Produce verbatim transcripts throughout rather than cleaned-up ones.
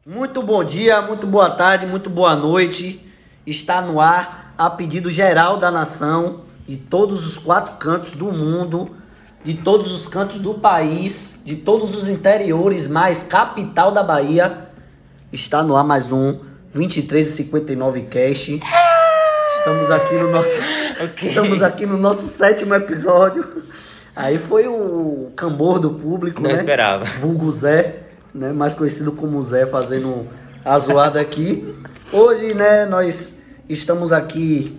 Muito bom dia, muito boa tarde, muito boa noite. Está no ar a pedido geral da nação, de todos os quatro cantos do mundo, de todos os cantos do país, de todos os interiores, mais capital da Bahia. Está no ar mais um vinte e três e cinquenta e nove Cast. Estamos aqui no nosso, okay. Estamos aqui no nosso sétimo episódio. Aí foi o cambor do público, Não né? esperava. Vulgo Zé, né? Mais conhecido como Zé, fazendo a zoada aqui. Hoje, né, nós estamos aqui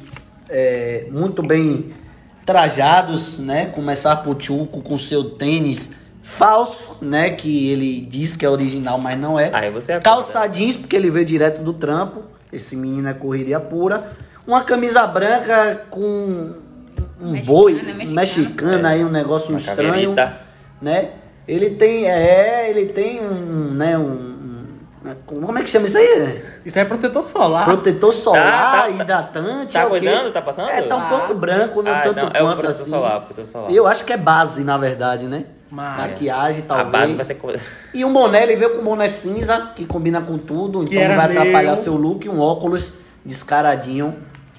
é, muito bem trajados, né? Começar por Chuco com seu tênis falso, né? Que ele diz que é original, mas não é. Aí você acorda. Calça jeans, porque ele veio direto do trampo. Esse menino é correria pura. Uma camisa branca com um mexicana, boi, mexicana, mexicana aí, um negócio Uma estranho, caveirita. Né? Ele tem, é, ele tem um, né, um, um, como é que chama isso aí? Isso é protetor solar. Protetor solar, tá, tá, hidratante. Tá é coisando? Tá passando? É, tá um ah. pouco branco, não ah, tanto não, quanto é o protetor assim. Solar, protetor solar. Eu acho que é base, na verdade, né? Mas... Maquiagem, talvez. A base vai ser... E um boné, ele veio com um boné cinza, que combina com tudo, que então não vai meu... atrapalhar seu look, um óculos descaradinho,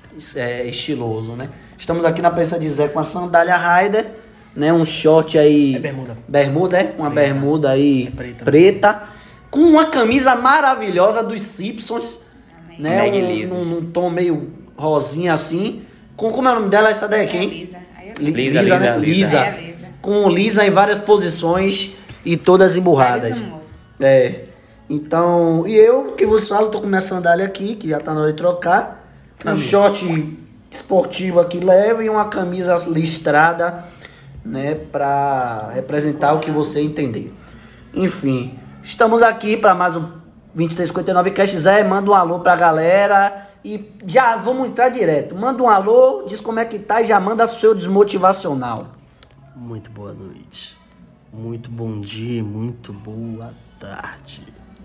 é, estiloso, né? Estamos aqui na presença de Zé com a sandália Raider, né? Um short aí... É bermuda. Bermuda, é? Uma Preta. bermuda aí é preta, preta, com uma camisa maravilhosa dos Simpsons, né? Meg Um, Lisa. num, num tom meio rosinha assim. Com, como é o nome dela, essa daqui, hein? É Lisa. Aí é Li- Lisa, Lisa, né? Lisa, Lisa. Aí é Lisa. Com Lisa em várias posições e todas emburradas. Vários humor. É. Então, e eu que vos falo, tô com minha sandália aqui, que já tá na hora de trocar. Um Amigo. short esportivo aqui leve e uma camisa listrada, né, pra representar o que você entender. Enfim, estamos aqui para mais um vinte e três cinquenta e nove Cast. Zé, manda um alô pra galera e já vamos entrar direto. Manda um alô, diz como é que tá e já manda seu desmotivacional. Muito boa noite. Muito bom dia, muito boa tarde.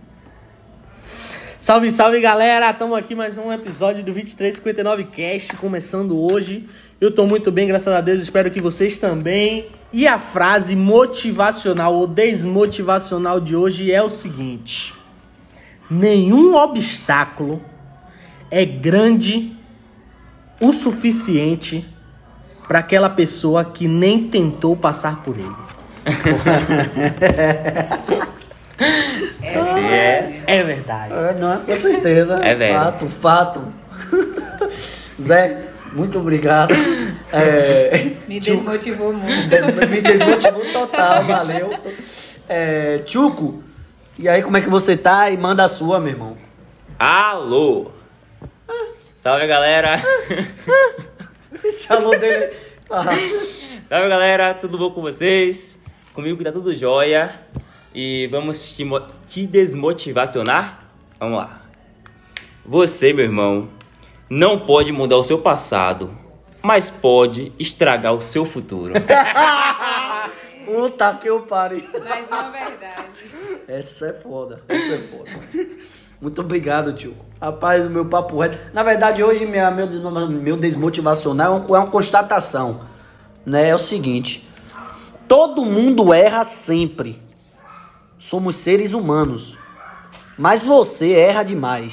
Salve, salve galera! Estamos aqui mais um episódio do vinte e três cinquenta e nove Cast, começando hoje. Eu tô muito bem, graças a Deus, espero que vocês também. E a frase motivacional ou desmotivacional de hoje é o seguinte: nenhum obstáculo é grande o suficiente para aquela pessoa que nem tentou passar por ele. Essa é. É verdade. É, não é com certeza. É velho. Fato, fato. Zé, muito obrigado. É, me Tchuco, desmotivou muito. des- me desmotivou total, valeu. É, Chuco, e aí como é que você tá? E manda a sua, meu irmão. Alô! Salve, galera! Esse alô dele... Ah, Salve, galera! Tudo bom com vocês? Comigo que tá tudo jóia. E vamos te, mo- te desmotivacionar? Vamos lá. Você, meu irmão, não pode mudar o seu passado, mas pode estragar o seu futuro. puta que eu pariu. Mas é uma verdade. Essa é foda, essa é foda. Muito obrigado, tio. Rapaz, o meu papo reto. Na verdade, hoje minha, meu, desmo- meu desmotivacional é uma, é uma constatação. Né? É o seguinte: todo mundo erra sempre. Somos seres humanos. Mas você erra demais.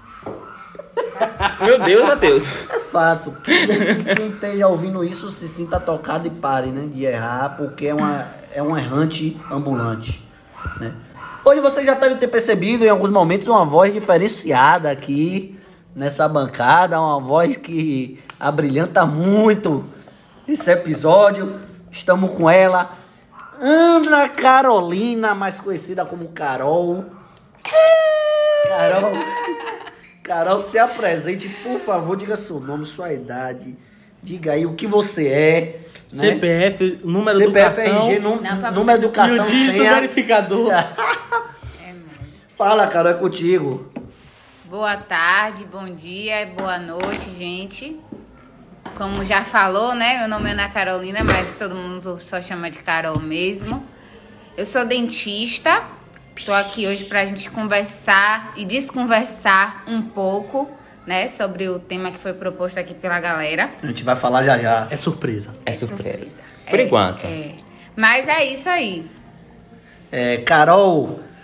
Meu Deus, Matheus. É fato. Quem, quem esteja ouvindo isso se sinta tocado e pare, né, de errar, porque é, uma, é um errante ambulante, né? Hoje você já deve ter percebido em alguns momentos uma voz diferenciada aqui nessa bancada, uma voz que abrilhanta muito esse episódio. Estamos com ela, Ana Carolina, mais conhecida como Carol. Carol, Carol, se apresente, por favor, diga seu nome, sua idade, diga aí o que você é, né? C P F, número C do P F, cartão R G, num- Não, pra número você do não- e o cartão, dígito senha. verificador. É, mano. Fala, Carol, é contigo. Boa tarde, bom dia, boa noite, gente. Como já falou, né? Meu nome é Ana Carolina, mas todo mundo só chama de Carol mesmo. Eu sou dentista. Estou aqui hoje pra gente conversar e desconversar um pouco, né? Sobre o tema que foi proposto aqui pela galera. A gente vai falar já já. É surpresa. É surpresa. Por É, enquanto. É. Mas é isso aí. É, Carol,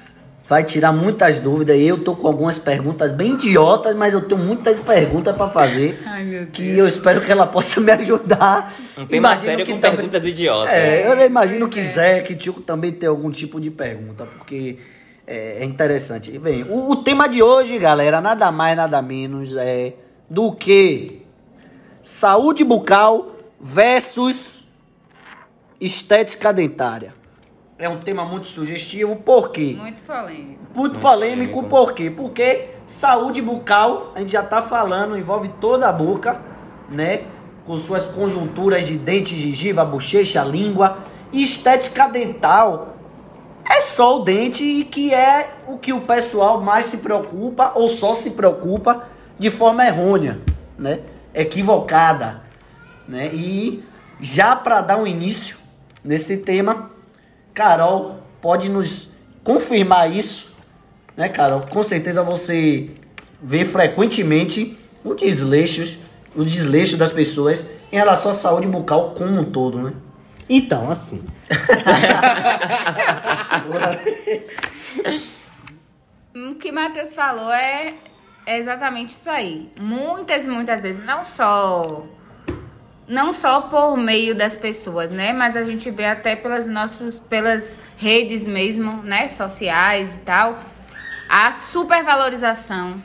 vai tirar muitas dúvidas. Eu tô com algumas perguntas bem idiotas, mas eu tenho muitas perguntas para fazer. Ai, meu Deus. Que eu espero que ela possa me ajudar. Um tema Imagino sério que com também- perguntas idiotas. É, eu imagino que É. Zé, que Tio também tem algum tipo de pergunta, porque é, é interessante. E bem, o, o tema de hoje, galera, nada mais, nada menos é do que saúde bucal versus estética dentária. É um tema muito sugestivo, por quê? Muito polêmico. Muito Muito polêmico, polêmico. por quê? Porque saúde bucal, a gente já tá falando, envolve toda a boca, né? Com suas conjunturas de dente, gengiva, bochecha, língua. E estética dental é só o dente e que é o que o pessoal mais se preocupa ou só se preocupa de forma errônea, né? Equivocada, né? E já para dar um início nesse tema, Carol pode nos confirmar isso, né, Carol? Com certeza você vê frequentemente o desleixo, o desleixo das pessoas em relação à saúde bucal como um todo, né? Então, assim. O que o Matheus falou é, é exatamente isso aí. Muitas, muitas vezes, não só não só por meio das pessoas, né? Mas a gente vê até pelas nossos, pelas redes mesmo, né? Sociais e tal, a supervalorização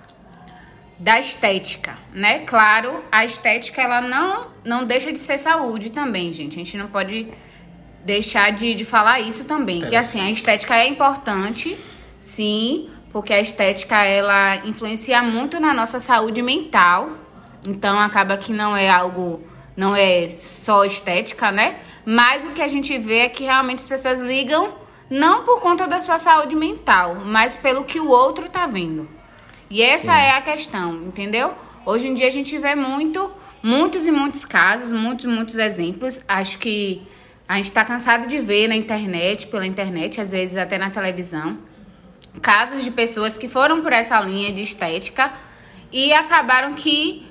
da estética, né? Claro, a estética ela não não deixa de ser saúde também, gente. A gente não pode deixar de, de falar isso também, que assim, a estética é importante, sim, porque a estética ela influencia muito na nossa saúde mental. Então acaba que não é algo, não é só estética, né? Mas o que a gente vê é que realmente as pessoas ligam não por conta da sua saúde mental, mas pelo que o outro tá vendo. E essa Sim. é a questão, entendeu? Hoje em dia a gente vê muito, muitos e muitos casos, muitos, muitos exemplos. Acho que a gente tá cansado de ver na internet, pela internet, às vezes até na televisão, casos de pessoas que foram por essa linha de estética e acabaram que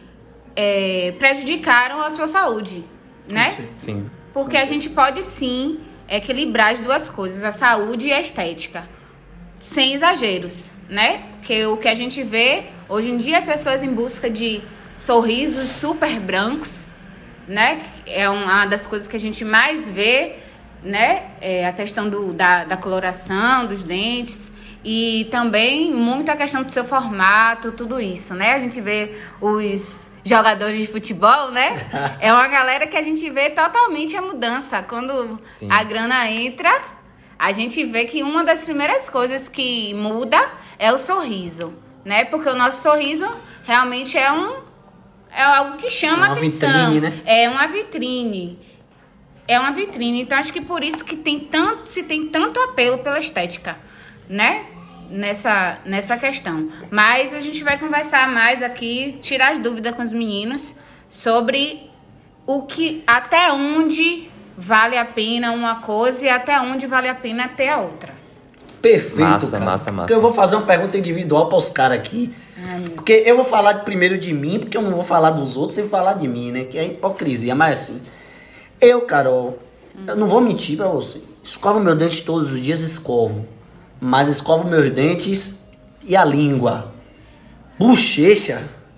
é, prejudicaram a sua saúde, né? Sim. Porque a gente pode sim equilibrar as duas coisas, a saúde e a estética, sem exageros, né? Porque o que a gente vê hoje em dia é pessoas em busca de sorrisos super brancos, né? É uma das coisas que a gente mais vê, né? É a questão do, da, da coloração dos dentes e também muito a questão do seu formato, tudo isso, né? A gente vê os jogadores de futebol, né? É uma galera que a gente vê totalmente a mudança. Quando Sim. a grana entra, a gente vê que uma das primeiras coisas que muda é o sorriso, né? Porque o nosso sorriso realmente é um é algo que chama É uma atenção. vitrine, né? É uma vitrine. É uma vitrine. Então acho que por isso que tem tanto, se tem tanto apelo pela estética, né? Nessa, nessa questão. Mas a gente vai conversar mais aqui, tirar as dúvidas com os meninos sobre o que, até onde vale a pena uma coisa e até onde vale a pena ter a outra. Perfeito, Massa, cara. massa, massa. Porque eu vou fazer uma pergunta individual para os caras aqui. Ai, meu Porque eu vou falar primeiro de mim, porque eu não vou falar dos outros sem falar de mim, né? Que é hipocrisia. Mas assim, eu, Carol, eu não vou mentir pra você. Escovo meu dente todos os dias, escovo. Mas escovo meus dentes e a língua. Bochecha.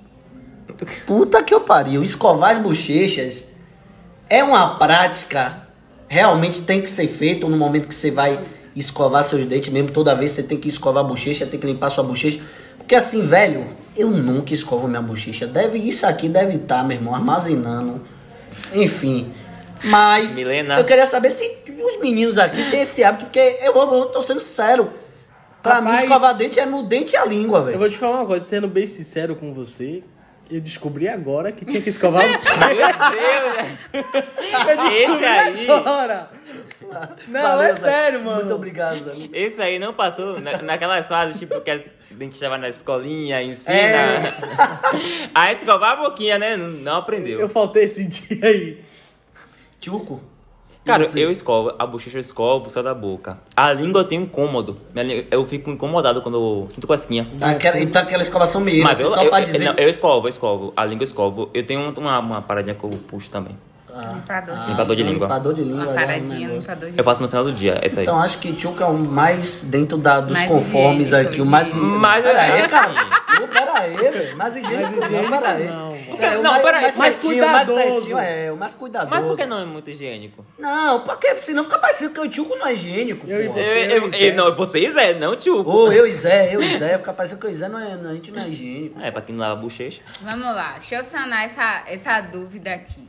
Puta que eu pariu. Escovar as bochechas é uma prática. Realmente tem que ser feito no momento que você vai escovar seus dentes mesmo. Toda vez você tem que escovar a bochecha, tem que limpar sua bochecha. Porque assim, velho, eu nunca escovo minha bochecha. Deve, isso aqui deve estar, meu irmão, armazenando. Enfim. Mas Milena. eu queria saber se os meninos aqui têm esse hábito, porque eu vou, vou tô sendo sincero. Pra Rapaz, mim, escovar dente é no dente e a língua, Eu velho. vou te falar uma coisa, sendo bem sincero com você, eu descobri agora que tinha que escovar o Meu Deus, né? Esse aí, agora. Não, Valeu, é Zé. sério, mano. Muito obrigado, Zé. esse aí não passou na, naquelas fases, tipo, que as- a gente estava na escolinha, ensina. É. Aí escovar a boquinha, né? Não, não aprendeu. Eu faltei esse dia aí. Tchuco. Cara, E você? eu escovo, a bochecha eu escovo, só da boca. A língua eu tenho incômodo. Minha língua- Eu fico incomodado quando eu sinto cosquinha. Dá aquela, então aquela escovação meio, Mas assim, eu, só eu, pra eu- dizer. não, eu escovo, eu escovo. A língua eu escovo. Eu tenho uma, uma paradinha que eu puxo também. a- Limpador. a- Limpador de língua. Limpador de língua. Uma agora é um paradinha, negócio. limpador de Eu faço no final do dia, essa aí. Então acho que Tchuca é o mais dentro da, dos Mais conformes higiênico, aqui, o mais... higiênico. Mas Pera é, aí, cara. Ô, pera aí, velho. Mais higiênico não, pera aí. não, É, o Não, mais, pera aí, mais mais certinho, mais cuidadoso. certinho, é, o mais cuidadoso. Mas por que não é muito higiênico? Não, porque senão fica parecendo que o Tchuco não é higiênico, Eu e porra. você. Eu, eu, eu- não, vocês é, não tio. Ô, eu e Zé, eu e Zé, fica parecendo que eu e Zé não é, a gente não é higiênico. É, pra quem não lava a bochecha. Vamos lá, deixa eu sanar essa, essa dúvida aqui.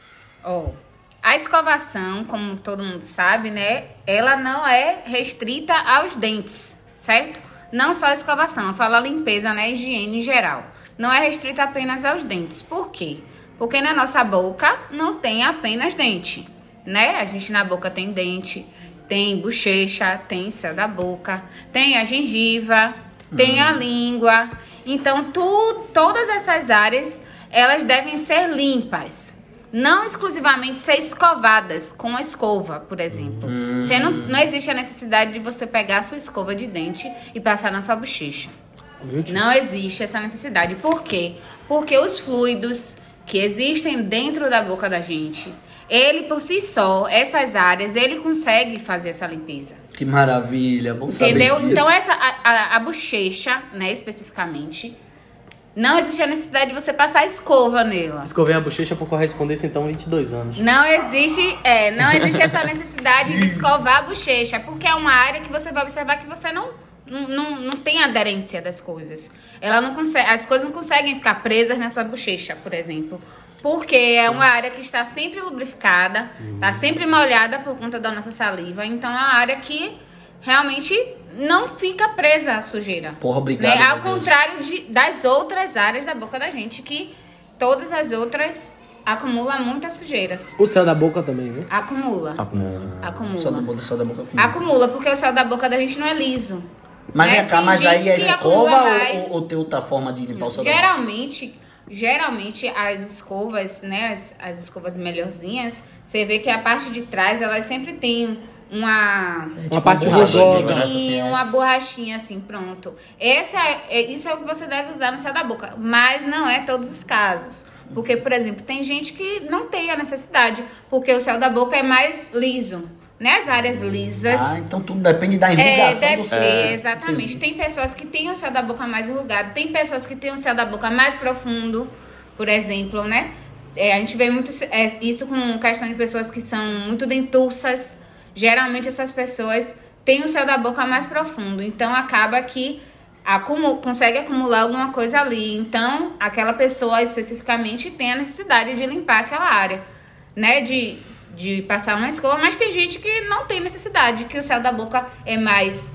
Ó, a escovação, como todo mundo sabe, né? Ela não é restrita aos dentes, certo? Não só a escovação, eu falo a limpeza, né? Higiene em geral. Não é restrita apenas aos dentes. Por quê? Porque na nossa boca não tem apenas dente, né? A gente na boca tem dente, tem bochecha, tem céu da boca, tem a gengiva, tem a língua. Então, tu, todas essas áreas, elas devem ser limpas. Não exclusivamente ser escovadas com a escova, por exemplo. Você não, não existe a necessidade de você pegar a sua escova de dente e passar na sua bochecha. Não existe essa necessidade. Por quê? Porque os fluidos que existem dentro da boca da gente, ele por si só, essas áreas, ele consegue fazer essa limpeza. Que maravilha, bom saber Entendeu? disso. Então, essa, a, a, a bochecha, né, especificamente, não existe a necessidade de você passar a escova nela. Escovei a bochecha por correspondência, então, vinte e dois anos. Não existe, é, não existe essa necessidade de escovar a bochecha, porque é uma área que você vai observar que você não, não, não, não tem aderência das coisas. Ela não consegue, as coisas não conseguem ficar presas na sua bochecha, por exemplo. Porque é uma área que está sempre lubrificada, está sempre molhada por conta da nossa saliva. Então é uma área que realmente não fica presa à sujeira. Porra, obrigado, Né? Ao meu Deus. contrário de, das outras áreas da boca da gente, que todas as outras acumulam muitas sujeiras. O céu da boca também, né? Acumula. Acumula. Acumula. Só da boca, só da boca comigo. Acumula, porque o céu da boca da gente não é liso. Mas né? vem cá, Tem mas aí gente é que escova acumula mais. ou, ou tem outra forma de limpar o céu da boca? Geralmente, geralmente as escovas, né, as, as escovas melhorzinhas, você vê que a parte de trás, elas sempre tem uma... Uma parte borracha, rugosa. né? Sim, uma borrachinha assim, pronto. Essa é, é- isso é o que você deve usar no céu da boca, mas não é todos os casos. Porque, por exemplo, tem gente que não tem a necessidade, porque o céu da boca é mais liso, né? As áreas lisas... Ah, então tudo depende da É, enrugação deve do ser, céu. exatamente. Tem pessoas que têm o céu da boca mais enrugado, tem pessoas que têm o céu da boca mais profundo, por exemplo, né? É, a gente vê muito é, isso com questão de pessoas que são muito dentuças. Geralmente essas pessoas têm o céu da boca mais profundo, então acaba que acumu consegue acumular alguma coisa ali. Então, aquela pessoa especificamente tem a necessidade de limpar aquela área, né? De, de passar uma escova, mas tem gente que não tem necessidade, que o céu da boca é mais,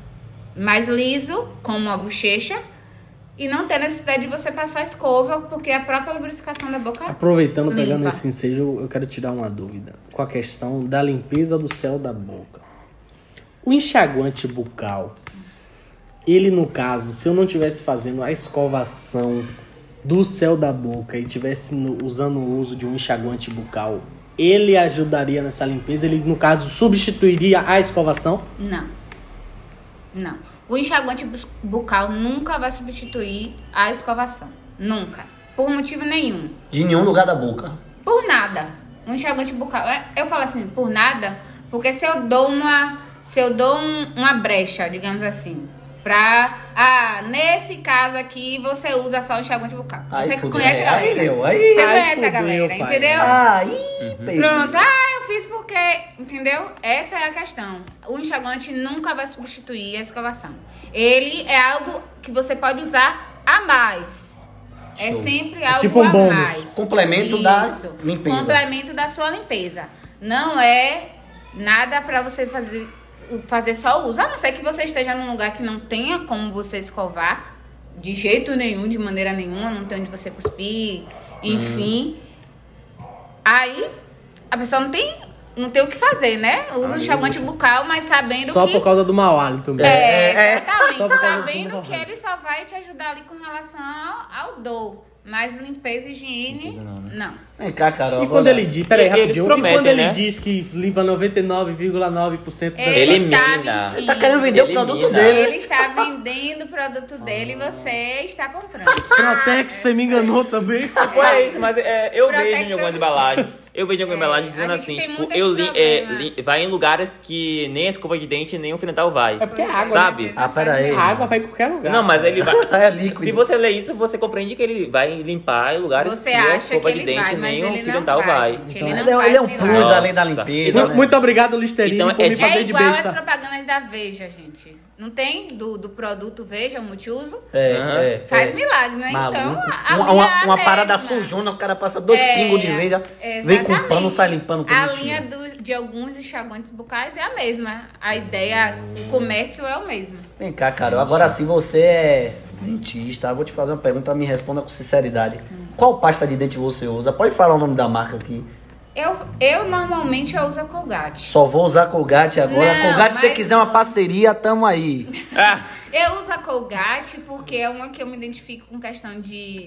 mais liso, como a bochecha, e não tem necessidade de você passar a escova, porque a própria lubrificação da boca... Aproveitando, Limpa. pegando esse ensejo, eu quero tirar uma dúvida com a questão da limpeza do céu da boca. O enxaguante bucal, ele no caso, se eu não estivesse fazendo a escovação do céu da boca e estivesse usando o uso de um enxaguante bucal, ele ajudaria nessa limpeza? Ele, no caso, substituiria a escovação? Não. Não. O enxaguante bus- bucal nunca vai substituir a escovação. Nunca. Por motivo nenhum. De nenhum lugar da boca. Por nada. Um enxaguante bucal... é- Eu falo assim, por nada, porque se eu dou uma... Se eu dou um- uma brecha, digamos assim, pra... Ah, nesse caso aqui, você usa só o enxaguante bucal. Aí Você fudeu. conhece É, a aí galera. deu, aí- Você Aí conhece fudeu, a galera, pai. entendeu? Aí, peguei. Pronto, ah, eu fiz porque, entendeu? Essa é a questão. O enxaguante nunca vai substituir a escovação. Ele é algo que você pode usar a mais. É Show. sempre É algo tipo um a bônus. mais. Complemento da Isso. limpeza. Complemento da sua limpeza. Não é nada pra você fazer, fazer só uso. A não ser que você esteja num lugar que não tenha como você escovar de jeito nenhum, de maneira nenhuma, não tem onde você cuspir, enfim. Aí a pessoa não tem, não tem o que fazer, né? Usa o enxaguante bucal, mas sabendo Só que... por causa do mau hálito mesmo. É, exatamente. Só por causa do Sabendo mau que hálito. ele só vai te ajudar ali com relação ao, ao dor. Mas limpeza e higiene, Limpeza não, né? não. Vem cá, Carol. E quando agora- ele diz, peraí, Eles rapidinho, e prometem, quando ele né? diz que limpa noventa e nove vírgula nove por cento das Ele Elimina. está Ele tá querendo vender Elimina. o produto dele. Ele está vendendo o produto dele e você está comprando. Protex, você me enganou também. Tipo, é isso, mas é, eu Protex vejo em algumas é- embalagens Eu vejo alguma É, embalagem dizendo a gente assim, tem tipo, muito eu esse li, é, problema. li- vai em lugares que nem a escova de dente, nem o fio dental vai. É porque é Pois é, água, sabe? mas ele Ah, não pera faz aí. bem. A água vai em qualquer lugar. Não, mas ele vai... É líquido. Se você lê isso, você compreende que ele vai limpar em lugares Você que nem a acha que escova de ele dente, vai, mas nem o ele fio não dental vai. vai. gente. Então, Ele ele, não é, ele é um faz plus milagre. além da Nossa. limpeza. Mu- né? Muito obrigado, Listerine, Então, por é me de- É fazer de igual as besta. propagandas da Veja, gente. Não tem? Do, do produto Veja, multiuso? É, Aham. é, Faz é. milagre, né? Maluco. Então, a, a uma linha uma, é a uma parada mesma. sujona, o cara passa dois É, pingos de veja, vem com pano, sai limpando com A mentira. linha do- de alguns enxaguantes bucais é a mesma. A ideia, o comércio é o mesmo. Vem cá, Carol. Agora sim, você é dentista. Eu vou te fazer uma pergunta, me responda com sinceridade. Qual pasta de dente você usa? Pode falar o nome da marca aqui. Eu, eu normalmente eu uso a Colgate. Só vou usar Colgate agora. Não, Colgate, se você mas- quiser uma parceria, tamo aí. Ah, Eu uso a Colgate porque é uma que eu me identifico com questão de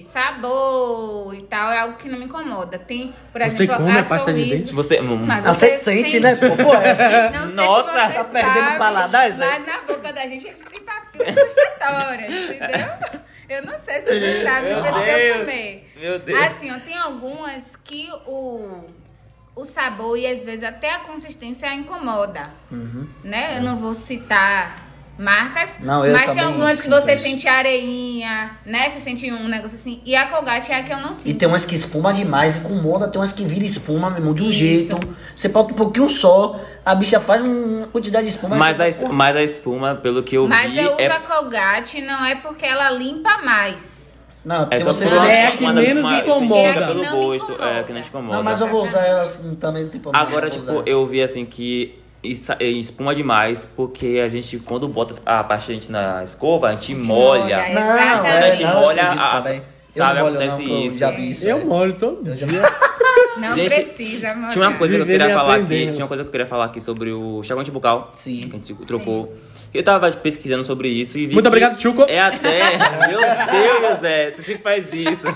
sabor e tal. É algo que não me incomoda. Tem, por Você exemplo, come a a pasta de Sorriso. dente? você... hum, Mas Ah, você sente, né? Pô, pô, é. Não sei Nossa, se você tá perdendo sabe, o paladar, Zé? mas na boca da gente a gente tem papinhas gustatórias, entendeu? Eu não sei se você sabe, Meu não precisa Deus. comer. Meu Deus. Assim, ó, tem algumas que o, o sabor e às vezes até a consistência incomoda, né? Eu não vou citar marcas, Não, eu mas tem também algumas que sinto você isso. sente areinha, né? Você sente um negócio assim. E a Colgate é a que eu não sinto. E tem umas que espuma demais, e com moda tem umas que vira espuma, meu irmão, de um Isso. jeito. Você bota um pouquinho só, a bicha faz uma quantidade de espuma. Mas você a, fala, es- pô, mas a espuma, pelo que eu Mas vi, eu uso é... a Colgate não é porque ela limpa mais. Não, É porque só você por se uma- É a que uma- menos uma- incomoda. fica pelo Não me gosto, incomoda. é, que não te incomoda. Não, mas eu vou usar elas também, tipo... Agora, eu vou tipo, usar. eu vi assim que isso é, espuma demais, porque a gente, quando bota a parte da gente na escova, a gente, gente molha. molha, Não, Exatamente. é, A gente não, eu molha sei disso a- também. sabe, eu não molho, acontece não, que eu isso. já vi isso. Eu é. molho todo Eu já- dia. Não Gente, precisa, mano. Tinha uma coisa que eu Vivendo queria e falar aqui, aprendendo. tinha uma coisa que eu queria falar aqui sobre o enxaguante bucal. Sim. Que a gente trocou. Eu tava pesquisando sobre isso e vi Muito que obrigado, Chuco. É até... Meu Deus, Zé, você sempre faz isso.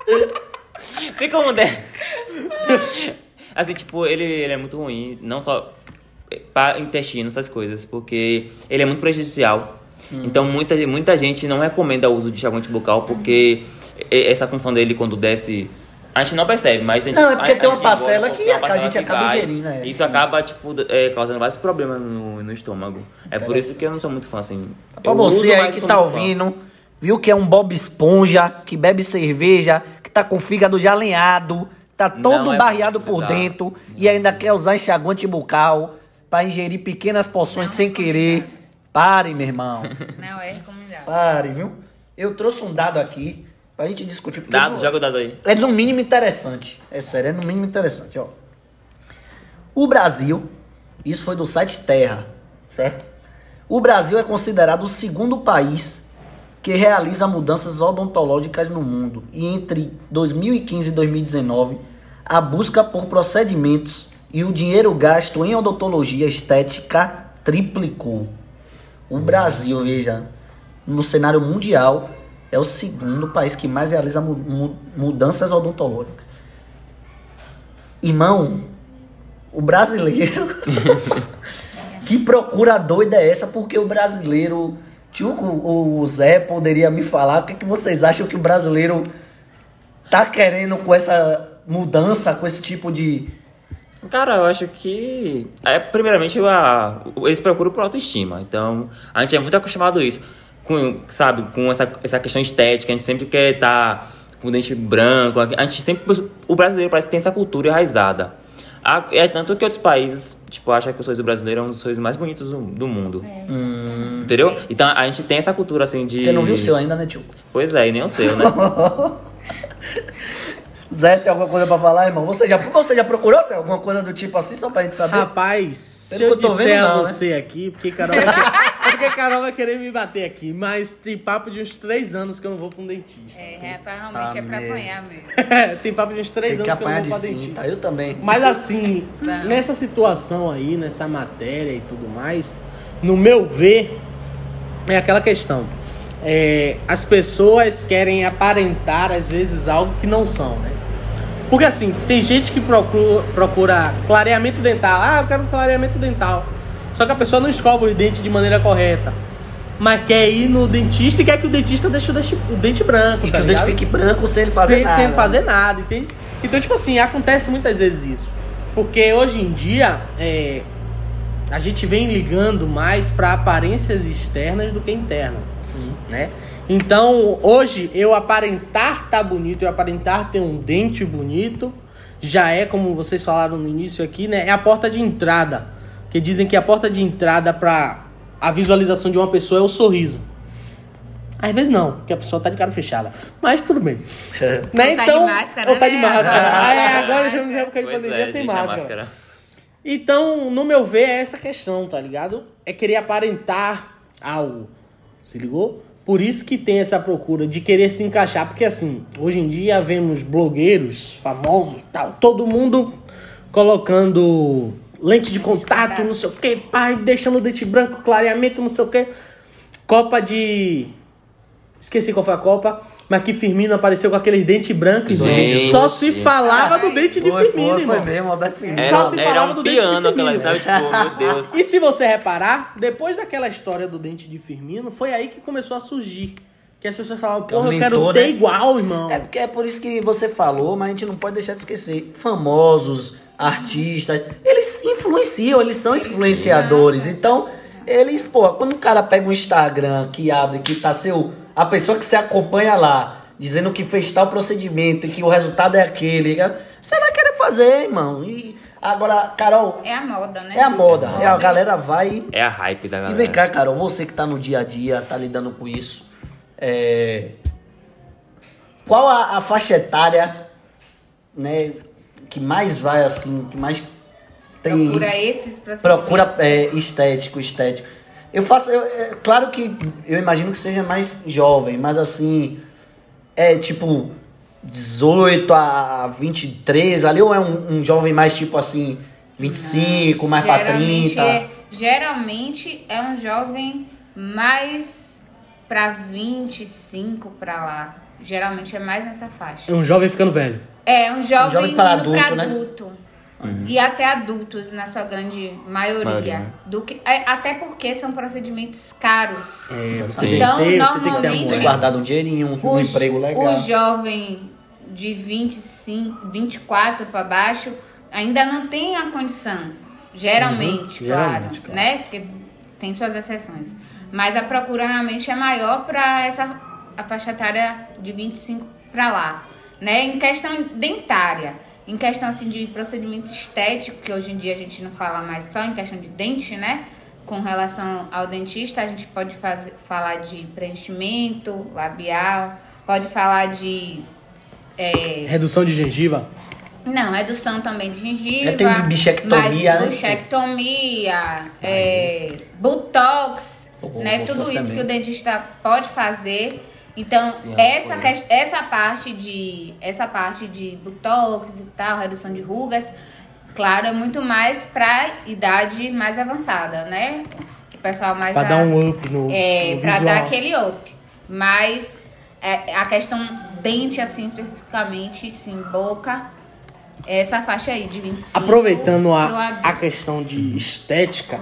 Tem como, né? Assim, tipo, ele, ele é muito ruim, não só para intestino, essas coisas, porque ele é muito prejudicial. Então, muita, muita gente não recomenda o uso de enxaguante bucal, porque e- essa função dele, quando desce... A gente não percebe, mas tem, Não, é porque a- tem a uma gente parcela engole, que tem uma a parcela gente que acaba vai. ingerindo, né? Isso Sim. acaba, tipo, é, causando vários problemas no, no estômago. É por isso que eu não sou muito fã, assim. Pra Eu você uso, aí mas que sou tá muito fã. ouvindo, viu que é um Bob Esponja, que bebe cerveja, que tá com o fígado já alinhado, tá todo Não é barreado bom, por exato. dentro e ainda quer usar enxaguante bucal pra ingerir pequenas porções Não sem querer. Pare, meu irmão. Não é recomendado. Pare, viu? Eu trouxe um dado aqui pra gente discutir. porque Dado, não- joga o dado aí. É no mínimo interessante. É sério, é no mínimo interessante, ó. O Brasil, isso foi do site Terra, certo? O Brasil é considerado o segundo país que realiza mudanças odontológicas no mundo. E entre dois mil e quinze e dois mil e dezenove, a busca por procedimentos e o dinheiro gasto em odontologia estética triplicou. O Brasil, veja, no cenário mundial, é o segundo país que mais realiza mu- mu- mudanças odontológicas. Irmão, o brasileiro... que procura doida é essa? Porque o brasileiro... Tio, o, o Zé poderia me falar o que, que vocês acham que o brasileiro tá querendo com essa mudança, com esse tipo de... Cara, eu acho que... É, primeiramente, a, eles procuram por autoestima. Então, a gente é muito acostumado a isso. Com, sabe, com essa, essa questão estética, a gente sempre quer estar com o dente branco. A gente sempre... O brasileiro parece que tem essa cultura enraizada. A- É tanto que outros países, tipo, acham que o sorriso brasileiro é um dos sorrisos mais bonitos do, do mundo. É, Hum, Entendeu? É isso. Então, a gente tem essa cultura, assim, de... Porque não viu o seu ainda, né, tio? Pois é, e nem o seu, né? Zé, tem alguma coisa pra falar, irmão? Você já, você já procurou, Zé, alguma coisa do tipo assim, só pra gente saber? Rapaz, se Pelo eu que eu tô disser vendo, a não, né? você aqui, porque Carol, vai querer, é porque Carol vai querer me bater aqui, mas tem papo de uns três anos que eu não vou pra um dentista. É, é pra, realmente Tá é pra mesmo. apanhar mesmo. tem papo de uns três Tem que anos que eu não apanhar vou de pra dentista. cinta, eu também. Mas assim, Tá. nessa situação aí, nessa matéria e tudo mais, no meu ver, é aquela questão. É, as pessoas querem aparentar, às vezes, algo que não são, né? Porque assim, tem gente que procura, procura clareamento dental. Ah, eu quero clareamento dental. Só que a pessoa não escova o dente de maneira correta. Mas quer ir no dentista e quer que o dentista deixe o dente, o dente branco, E tá que o dente ligado? fique branco sem ele fazer sem, nada. sem fazer nada, entende? Então, tipo assim, acontece muitas vezes isso. Porque hoje em dia, é, a gente vem ligando mais para aparências externas do que internas, né? Então, hoje, eu aparentar tá bonito, eu aparentar ter um dente bonito, já é, como vocês falaram no início aqui, né? É a porta de entrada. Que dizem que a porta de entrada para a visualização de uma pessoa é o sorriso. Às vezes não, porque a pessoa tá de cara fechada. Mas tudo bem. Né? Ou tá Então, de máscara, ou tá de né? máscara. Agora. Ah, é, agora já na época de Pois pandemia é, tem gente, a máscara. máscara. Então, no meu ver, é essa questão, tá ligado? É querer aparentar algo. Se ligou? Por isso que tem essa procura de querer se encaixar. Porque assim, hoje em dia vemos blogueiros famosos, tal, todo mundo colocando lente de contato, não sei o que, pai, deixando o dente branco, clareamento, não sei o que. Copa de... Esqueci qual foi a Copa, mas que Firmino apareceu com aqueles dentes brancos. Gente. Só se falava do dente de Foi, Firmino, foi, foi irmão. mesmo, Roberto Firmino. Só Era, se era falava um do dente de piano aquela, Firmino. sabe? Tipo, meu Deus. E se você reparar, depois daquela história do dente de Firmino, foi aí que começou a surgir. Que as pessoas falavam, porra, eu quero Aumentou, ter né? igual, irmão. É porque é por isso que você falou, mas a gente não pode deixar de esquecer. Famosos, artistas, eles influenciam, eles são influenciadores. Então, eles, pô, quando o cara pega um Instagram que abre, que tá seu... A pessoa que você acompanha lá, dizendo que fez tal procedimento e que o resultado é aquele, você vai querer fazer, irmão. E agora, Carol, É a moda, né? é a gente? moda. É a galera isso. vai... É a hype da E galera. vem cá, Carol, você que tá no dia a dia, tá lidando com isso, é... qual a, a faixa etária, né, que mais vai assim, que mais tem... Procura esses procedimentos. Procura é, estético, estético. Eu faço, eu, é, claro que eu imagino que seja mais jovem, mas assim, é tipo dezoito a vinte e três ali, ou é um, um jovem mais tipo assim, vinte e cinco, mais pra Geralmente trinta? é- geralmente é um jovem mais pra vinte e cinco pra lá. Geralmente é mais nessa É faixa. um jovem ficando velho. É um jovem, jovem para indo pra adulto, né? adulto. E até adultos, na sua grande maioria. Maioria, né? do que, é, até porque são procedimentos caros. É, você Sim. tem Então, que ter, você tem que ter normalmente- amor. Tem guardado um dinheirinho, um, um emprego legal. O jovem de vinte e cinco, vinte e quatro para baixo ainda não tem a condição. Geralmente, Uhum, claro, geralmente, claro. né? Porque tem suas exceções. Mas a procura realmente é maior para essa a faixa etária de vinte e cinco para lá, né? Em questão dentária. Em questão assim de procedimento estético, que hoje em dia a gente não fala mais só em questão de dente, né? Com relação ao dentista, a gente pode fazer, falar de preenchimento labial, pode falar de... é, Redução de gengiva. não, redução também de gengiva. É, tem bichectomia, mas né? bichectomia, é, botox, O né? botox Tudo isso também. que o dentista pode fazer. Então, Espinha essa, por ques- essa parte de essa parte de botox e tal, redução de rugas, claro, é muito mais para idade mais avançada, né? O pessoal mais Pra da- dar um up no, é, no pra visual. dar aquele up. Mas é, a questão dente, assim, especificamente, sim, boca, é essa faixa aí de vinte e cinco. Aproveitando pro a, adulto. a questão de estética,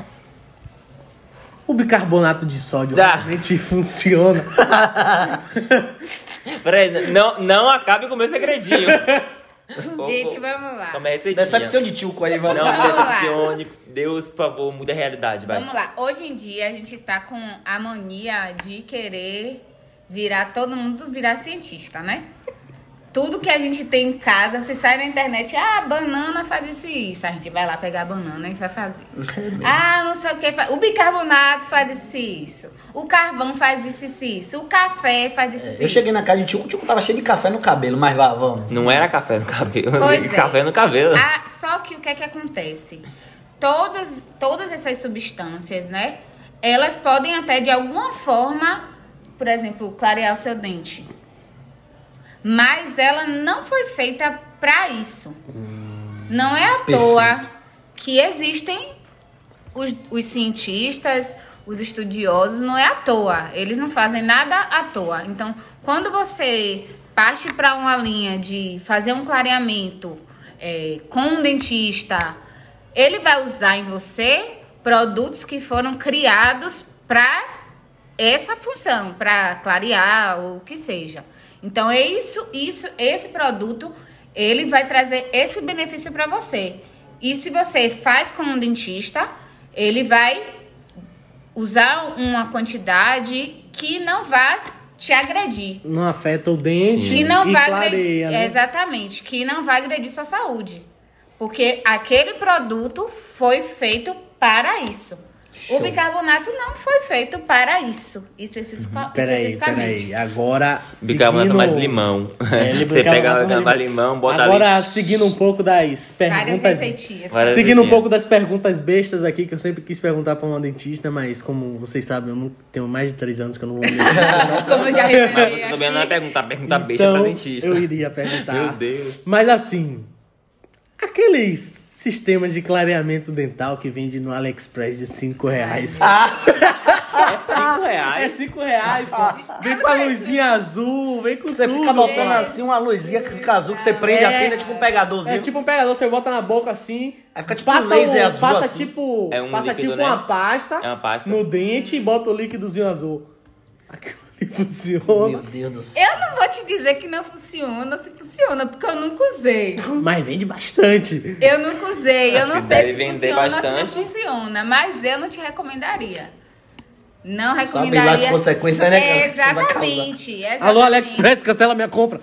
o bicarbonato de sódio Dá. realmente funciona. Peraí, não, não acabe com o meu segredinho. Gente, vamos lá. Como é receitinha. Decepção de tchuco aí, vamos. Não me Vamos lá. decepcione. Deus, por favor, muda a realidade, vai. Vamos lá. Hoje em dia, a gente tá com a mania de querer virar todo mundo virar cientista, né? Tudo que a gente tem em casa, você sai na internet, ah, banana faz isso e isso. A gente vai lá pegar a banana e vai fazer. Ah, não sei o que. Faz. O bicarbonato faz isso e isso. O carvão faz isso e isso. O café faz isso e isso. Eu cheguei na casa de tchuco, o tchuco tava cheio de café no cabelo, mas vá, vamos. Não era café no cabelo. Pois é. Café no cabelo. Ah, só que o que é que acontece? Todas, todas essas substâncias, né? Elas podem até de alguma forma, por exemplo, clarear o seu dente. Mas ela não foi feita para isso. Não é à perfeito. toa que existem os, os cientistas, os estudiosos, não é à toa. Eles não fazem nada à toa. Então, quando você parte para uma linha de fazer um clareamento é, com um dentista, ele vai usar em você produtos que foram criados para essa função, para clarear ou o que seja. Então, é isso, isso, esse produto, ele vai trazer esse benefício para você. E se você faz com um dentista, ele vai usar uma quantidade que não vai te agredir. Não afeta o dente que não e vai clareia, agredir, né? Exatamente, que não vai agredir sua saúde. Porque aquele produto foi feito para isso. Show. O bicarbonato não foi feito para isso, especifica- Uhum. Peraí, especificamente. peraí. Agora, Bicarbonato seguindo- mais limão. É, ele Você bicarbonato pega mais mais limão, bota Agora, ali. seguindo um pouco das Várias perguntas... receitinhas. Várias Seguindo um receitinhas. pouco das perguntas bestas aqui, que eu sempre quis perguntar pra uma dentista, mas como vocês sabem, eu não tenho mais de três anos que eu não vou me Como eu já Mas revelei você também não vai aqui. perguntar, perguntar besta Então, pra dentista. eu iria perguntar. Meu Deus. Mas assim, aqueles sistemas de clareamento dental que vende no AliExpress de cinco reais. É cinco É reais. cinco reais, pô. Vem com a luzinha azul, vem com Você tudo. fica botando pô. assim uma luzinha que fica azul que você prende É. assim, né? Tipo um pegadorzinho. É tipo um pegador, você bota na boca assim. Aí fica tipo passa um laser um- azul Passa assim. tipo, É um passa líquido, tipo né? uma pasta, É uma pasta. no dente e bota o líquidozinho azul. Aquilo ali funciona. Meu Deus do céu. Eu não vou te dizer que não funciona, se funciona, porque eu nunca usei. Mas vende bastante. Eu nunca usei, eu Se não deve sei se vender funciona bastante. ou se não funciona, mas eu não te recomendaria. Não Sabe recomendaria. lá as consequências, né, cara, que você vai causar. Exatamente, exatamente. Alô, AliExpress, cancela minha compra.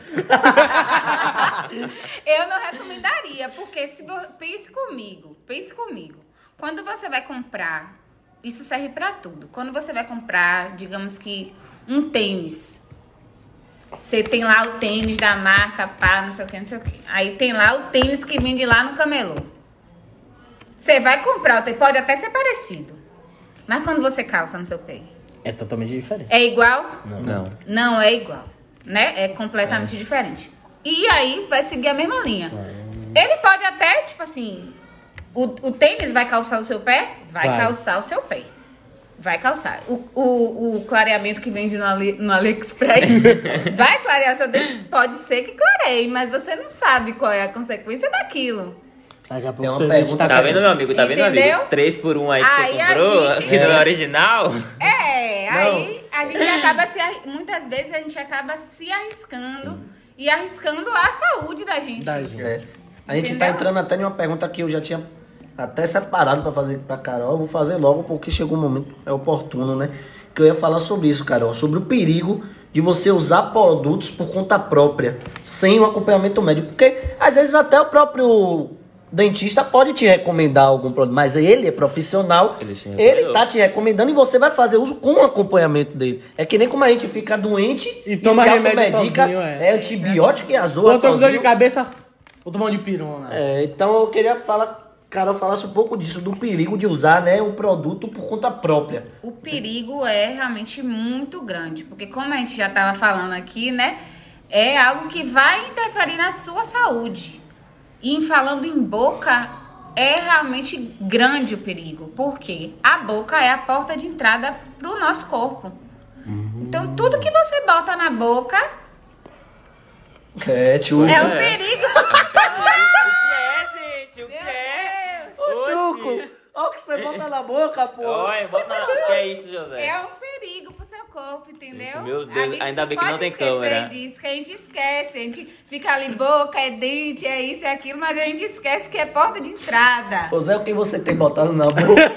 Eu não recomendaria, porque se vo... pense comigo, pense comigo. Quando você vai comprar, isso serve pra tudo. Quando você vai comprar, digamos que um tênis, você tem lá o tênis da marca, pá, não sei o que, não sei o que. Aí tem lá o tênis que vende lá no camelô. Você vai comprar o tênis, pode até ser parecido. Mas quando você calça no seu pé, É totalmente diferente. é igual? Não. Não é igual, né? É completamente diferente. E aí vai seguir a mesma linha. Ele pode até, tipo assim, o, o tênis vai calçar o seu pé? Vai, Vai. calçar o seu pé. Vai calçar. O, o, o clareamento que vende no, Ali, no AliExpress vai clarear seu dente? Pode ser que clareie, mas você não sabe qual é a consequência daquilo. Daqui a pouco É uma seu pergunta- dente tá Tá vendo, meu amigo? Tá vendo, meu Entendeu? amigo? três por um aí que Aí você a comprou, gente- que não é original. É, aí a gente acaba se arri- muitas vezes a gente acaba se arriscando e arriscando a saúde da gente. Da gente. É. A gente Entendeu? tá entrando até em uma pergunta que eu já tinha até separado pra fazer pra Carol. Eu vou fazer logo porque chegou o momento, é oportuno, né? Que eu ia falar sobre isso, Carol. Sobre o perigo de você usar produtos por conta própria, sem o acompanhamento médico. Porque às vezes até o próprio dentista pode te recomendar algum produto, mas ele é profissional, Ele te ele recomendou. tá te recomendando e você vai fazer uso com o acompanhamento dele. É que nem como a gente fica doente E toma se remédio automedica, sozinho, é. é antibiótico e azul Quando eu tô com dor de sozinho. cabeça, vou tomar um de pirona. É, então eu queria falar, Carol, falasse um pouco disso, do perigo de usar, né, o produto por conta própria. O perigo é realmente muito grande, porque como a gente já estava falando aqui, né, é algo que vai interferir na sua saúde. E em falando em boca, é realmente grande o perigo, porque a boca é a porta de entrada para o nosso corpo. Então tudo que você bota na boca É, tio. é um perigo para sua O que é, gente? O que Meu é? Deus! Ô, Tchuco, olha o que você bota na boca, pô. Olha, bota na... O que é isso, José? É um perigo pro seu corpo, entendeu? Isso, meu A Deus, gente ainda bem que não pode tem esquecer câmera. disso, que a gente esquece. A gente fica ali, boca, é dente, é isso, é aquilo, mas a gente esquece que é porta de entrada. Ô, Zé, o que você tem botado na boca?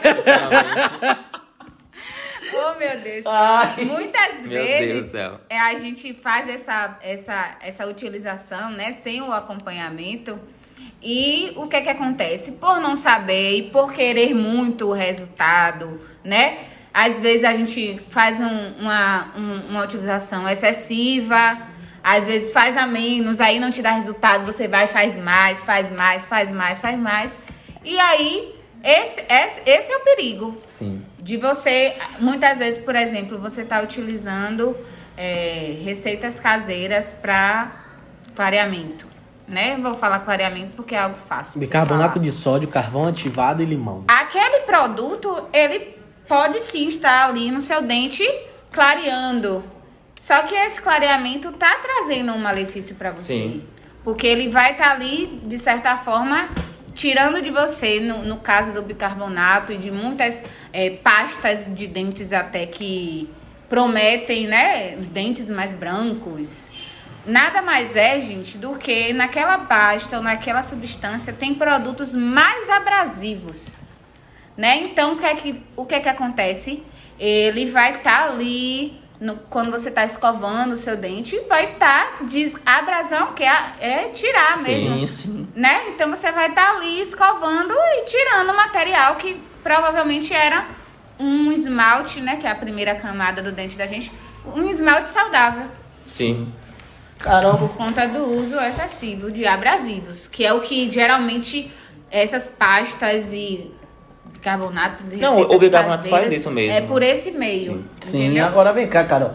Oh, meu Deus. Ai. Muitas Meu vezes Deus do céu. é, a gente faz essa, essa, essa utilização, né, sem o acompanhamento. E o que é que acontece? Por não saber e por querer muito o resultado, né? Às vezes a gente faz um- uma, um- uma utilização excessiva, às vezes faz a menos, aí não te dá resultado, você vai e faz mais, faz mais, faz mais, faz mais. E aí, esse, esse, esse é o perigo. Sim. De você, muitas vezes, por exemplo, você está utilizando é, receitas caseiras para clareamento, né? Vou falar clareamento porque é algo fácil de se Bicarbonato falar. de sódio, carvão ativado e limão. Aquele produto, ele pode sim estar ali no seu dente clareando. Só que esse clareamento tá trazendo um malefício para você. Sim. Porque ele vai estar ali, de certa forma, tirando de você, no, no caso do bicarbonato e de muitas é, pastas de dentes até que prometem, né, os dentes mais brancos. nada mais é, gente, do que naquela pasta ou naquela substância tem produtos mais abrasivos, né? Então, o que é que, o que, é que acontece? Ele vai estar ali, no, quando você está escovando o seu dente, vai estar, diz, abrasão, que é, é tirar mesmo. Sim, sim. Né? Então, você vai estar ali escovando e tirando o material que provavelmente era um esmalte, né? Que é a primeira camada do dente da gente. Um esmalte saudável. Sim. Caramba. Por conta do uso excessivo de abrasivos, que é o que geralmente essas pastas e bicarbonatos e Não, receitas o bicarbonato caseiras faz isso mesmo. é por esse meio. Sim. Sim, entendeu? agora vem cá, Carol.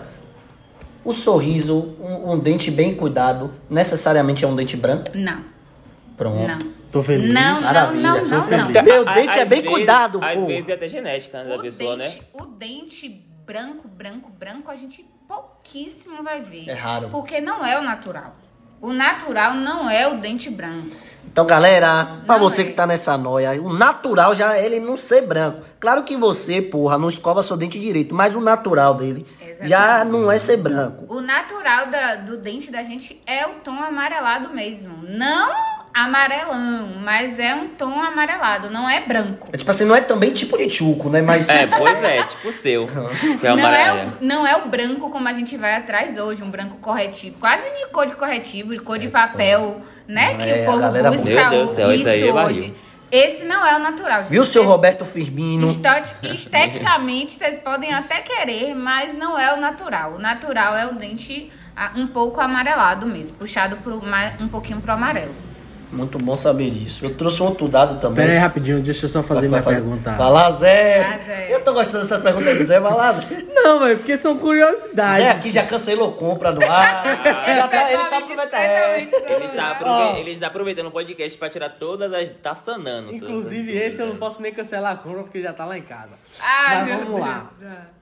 O sorriso, um, um dente bem cuidado, necessariamente é um dente branco? Não, Pronto. não. Tô feliz. Não, não, Maravilha, não, tô não, feliz. não. Meu A- dente é às bem vezes- cuidado, Às pô. vezes é até genética da O pessoa, né? dente, o dente branco, branco, branco, a gente pouquíssimo vai ver. É raro. Porque não é o natural. O natural não é o dente branco. Então, galera, pra Não você é. que tá nessa noia, o natural já é ele não ser branco. Claro que você, porra, não escova seu dente direito, mas o natural dele já Exatamente. não é ser branco. O natural da- do dente da gente é o tom amarelado mesmo. Não amarelão, mas é um tom amarelado, não é branco. É tipo assim, não é também tipo de tchuco, né? Mas É, pois é, tipo o seu. Que é Não uma é, o, não é o branco como a gente vai atrás hoje, um branco corretivo. Quase de cor de corretivo, de cor de papel, né? É, que a o povo galera- busca Meu Deus do o- céu, isso isso aí é hoje. barril. Esse não é o natural, gente. viu, seu Esse- Roberto Firmino? Estet- Esteticamente, vocês podem até querer, mas não é o natural. O natural é o dente ah, um pouco amarelado mesmo, puxado pro, ma- um pouquinho pro amarelo. Muito bom saber disso. Eu trouxe um outro dado também. Pera aí rapidinho, deixa eu só fazer minha pergunta. Vai lá, Zé. Vai, Zé. Eu tô gostando dessas perguntas de Zé. Vai lá, Zé. Não, mas porque são curiosidades. Zé aqui já cancelou compra no ar. Já tá- ele tá aproveitando. É. Ele está, aprove- ele está aproveitando o podcast pra tirar todas as. Tá sanando. todas as Inclusive, dúvidas. esse eu não posso nem cancelar a compra porque já tá lá em casa. Ai, Mas meu vamos Deus. lá.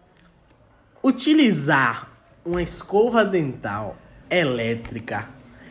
Utilizar uma escova dental elétrica,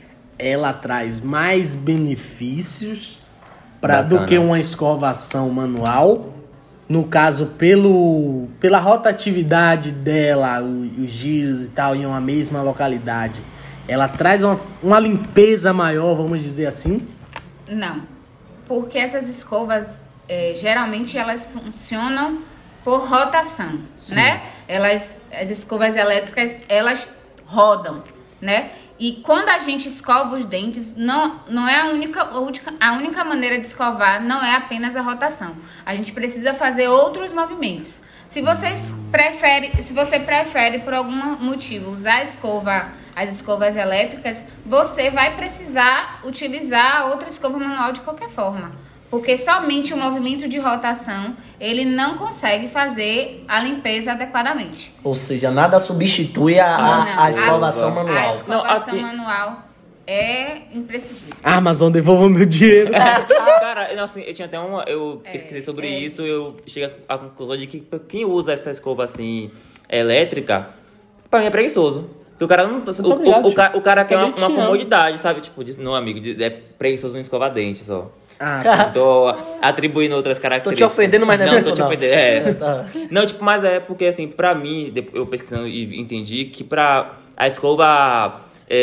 ela traz mais benefícios pra, do Bacana. que uma escovação manual. No caso, pelo, pela rotatividade dela, o- os giros e tal, em uma mesma localidade. Ela traz uma, uma limpeza maior, vamos dizer assim. Não, porque essas escovas, eh, geralmente elas funcionam por rotação, né? Elas, as escovas elétricas, elas rodam, né? E quando a gente escova os dentes, não, não é a única, a única, a única maneira de escovar, não é apenas a rotação. A gente precisa fazer outros movimentos. Se vocês preferem, se você prefere por algum motivo usar a escova, as escovas elétricas, você vai precisar utilizar outra escova manual de qualquer forma. Porque somente o movimento de rotação, ele não consegue fazer a limpeza adequadamente. Ou seja, nada substitui a, a- Não, a escovação a- manual. A escovação Não, assim- manual é imprescindível. Amazon, devolva meu dinheiro. Cara, não, assim, eu tinha até uma. Eu pesquisei sobre é. isso, eu cheguei à conclusão de que quem usa essa escova assim, elétrica, pra mim é preguiçoso. Porque o cara não. O, obrigado, o, o, ca- o cara quer uma, Também te uma amo. comodidade, sabe? Tipo, diz, não, amigo, de- é preguiçoso não escovar dente só. Ah, tá. Tô atribuindo outras características. ofendendo, mas não é Não, muito, tô te não. ofendendo. É. Tá. Não, tipo, mas é porque assim, pra mim, de- eu pesquisando e entendi que pra a escova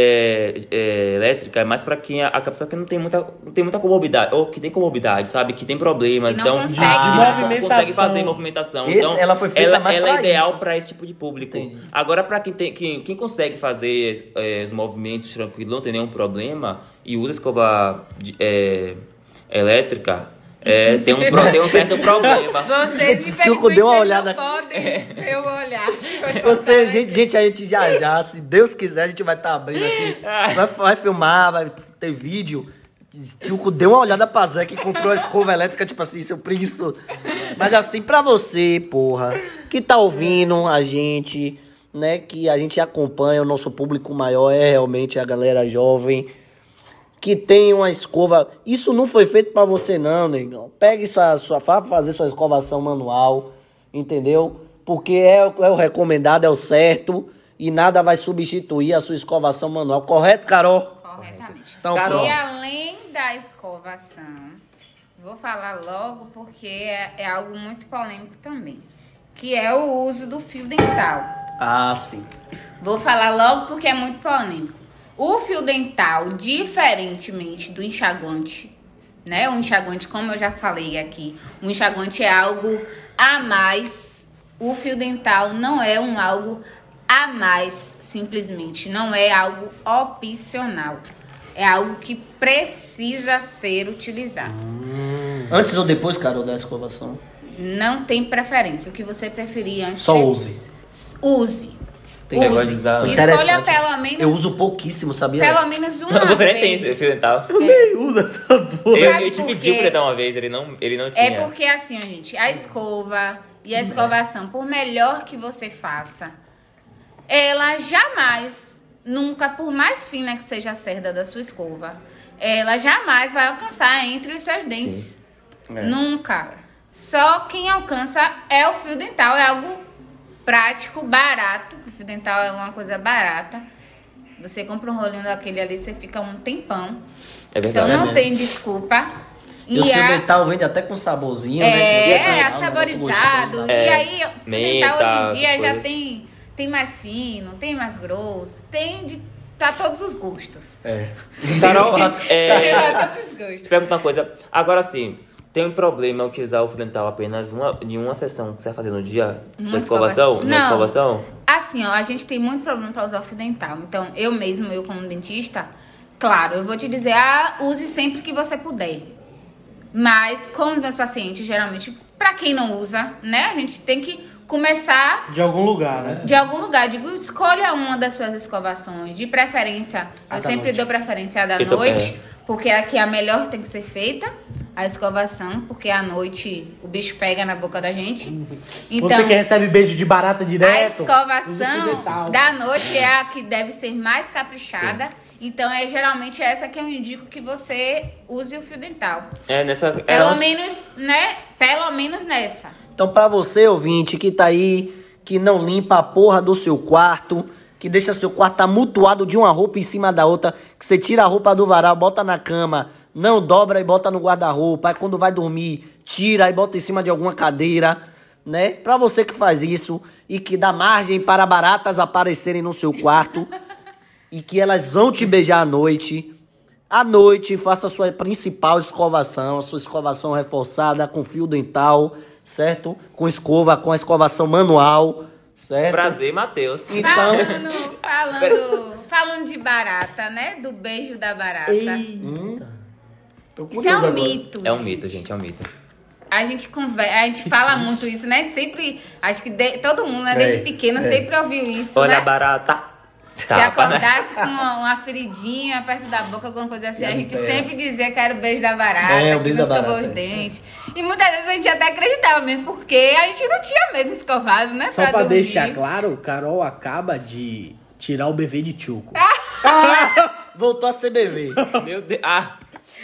é, é, elétrica é mais pra quem a, a pessoa que não tem muita, não tem muita comorbidade, ou que tem comorbidade, sabe? Que tem problemas, Que não então consegue. que Ah, não movimentação. consegue fazer movimentação. Esse- então, ela foi feita ela, mais ela pra é ideal isso. pra esse tipo de público. Entendi. Agora, pra quem, tem, quem, quem consegue fazer é, os movimentos tranquilos, não tem nenhum problema, e usa escova de- é, elétrica, é, tem, um, pro- tem um certo problema. Vocês, Chico, deu uma olhada não podem ver o olhar. Você, gente, gente, a gente já já, se Deus quiser, a gente vai estar abrindo aqui. Vai, vai filmar, vai ter vídeo. Tilco deu uma olhada pra Zé que comprou a escova elétrica, tipo assim, seu preguiçoso. Mas assim, pra você, porra, que tá ouvindo a gente, né, que a gente acompanha, o nosso público maior é realmente a galera jovem, que tem uma escova. Isso não foi feito pra você, não, negão. Pegue sua, sua, vá fazer sua escovação manual, entendeu? Porque é, o- é o recomendado, é o certo, e nada vai substituir a sua escovação manual. Correto, Carol? Corretamente. Então, Carol. E além da escovação, vou falar logo porque é, é algo muito polêmico também, que é o uso do fio dental. Ah, sim. Vou falar logo porque é muito polêmico. O fio dental, diferentemente do enxaguante, né? O enxaguante, como eu já falei aqui, o enxaguante é algo a mais. O fio dental não é um algo a mais, simplesmente. Não é algo opcional. É algo que precisa ser utilizado. Hum. Antes ou depois, Carol, da escovação? Não tem preferência. O que você preferir antes. Só depois. use. Use. Tem Use. usar. Escolha pelo menos. Eu uso pouquíssimo, sabia? Pelo menos uma Você nem vez. tem fio dental. Eu nem uso essa porra. Eu, Sabe eu te por pedi quê? pra ele dar uma vez, ele não, ele não tinha. É porque assim, ó, gente, a escova e a escovação, por melhor que você faça, ela jamais, nunca, por mais fina que seja a cerda da sua escova, ela jamais vai alcançar entre os seus dentes. É. Nunca. Só quem alcança é o fio dental, é algo prático, barato, o fio dental é uma coisa barata. Você compra um rolinho daquele ali, você fica um tempão. É Então verdade. não mesmo. tem desculpa. E o fio a- dental vende até com saborzinho, É, né? é, Um negócio saborizado. gostoso, E né? É, aí, o fio menta, dental hoje em essas dia já coisas. tem, tem mais fino, tem mais grosso, tem de pra todos os gostos. É. Carol, Tem é, pra todos os gostos. te perguntar uma coisa. Agora sim, tem um problema utilizar o fio dental apenas uma, em uma sessão que você vai fazer no dia Uma da escovação? escovação. Na Não. escovação? Assim, ó, a gente tem muito problema pra usar o fio dental. Então, eu mesmo, eu como dentista, claro, eu vou te dizer, ah, use sempre que você puder. Mas, com os meus pacientes, geralmente, pra quem não usa, né, a gente tem que começar De algum lugar, né? de algum lugar. Digo, escolha uma das suas escovações. De preferência, A eu da sempre noite. dou preferência à da Eu tô- noite, é. porque aqui a melhor tem que ser feita, a escovação, porque à noite o bicho pega na boca da gente. Então, Você que recebe beijo de barata a direto. usa fio escovação dental. da noite é a que deve ser mais caprichada. Então, é geralmente essa que eu indico que você use o fio dental. É, nessa... É, Pelo nós- menos, né? Pelo menos nessa. Então, pra você, ouvinte, que tá aí, que não limpa a porra do seu quarto, que deixa seu quarto amutuado de uma roupa em cima da outra, que você tira a roupa do varal, bota na cama, não dobra e bota no guarda-roupa, aí quando vai dormir, tira e bota em cima de alguma cadeira, né? Pra você que faz isso e que dá margem para baratas aparecerem no seu quarto e que elas vão te beijar à noite... À noite, faça a sua principal escovação, a sua escovação reforçada com fio dental, certo? Com escova, com a escovação manual, certo? Prazer, Matheus. Então- Falando, falando, falando de barata, né? Do beijo da barata. Tô Isso é um mito. É um mito, gente, é um mito. A gente conversa, a gente fala muito isso, né? Sempre, acho que de- todo mundo, né? Desde É, pequeno, é. sempre ouviu isso, Olha né? a barata. Se Tapa, né? acordasse com uma, uma feridinha perto da boca, alguma coisa assim, a gente É. sempre dizia que era o beijo da barata, É, o que beijo não da escovou barata, os é. dentes. E muitas vezes a gente até acreditava mesmo, porque a gente não tinha mesmo escovado, né? Só pra dormir. deixar claro, Carol acaba de tirar o bebê de Tchuco. Voltou a ser B V. Meu Deus. Ah,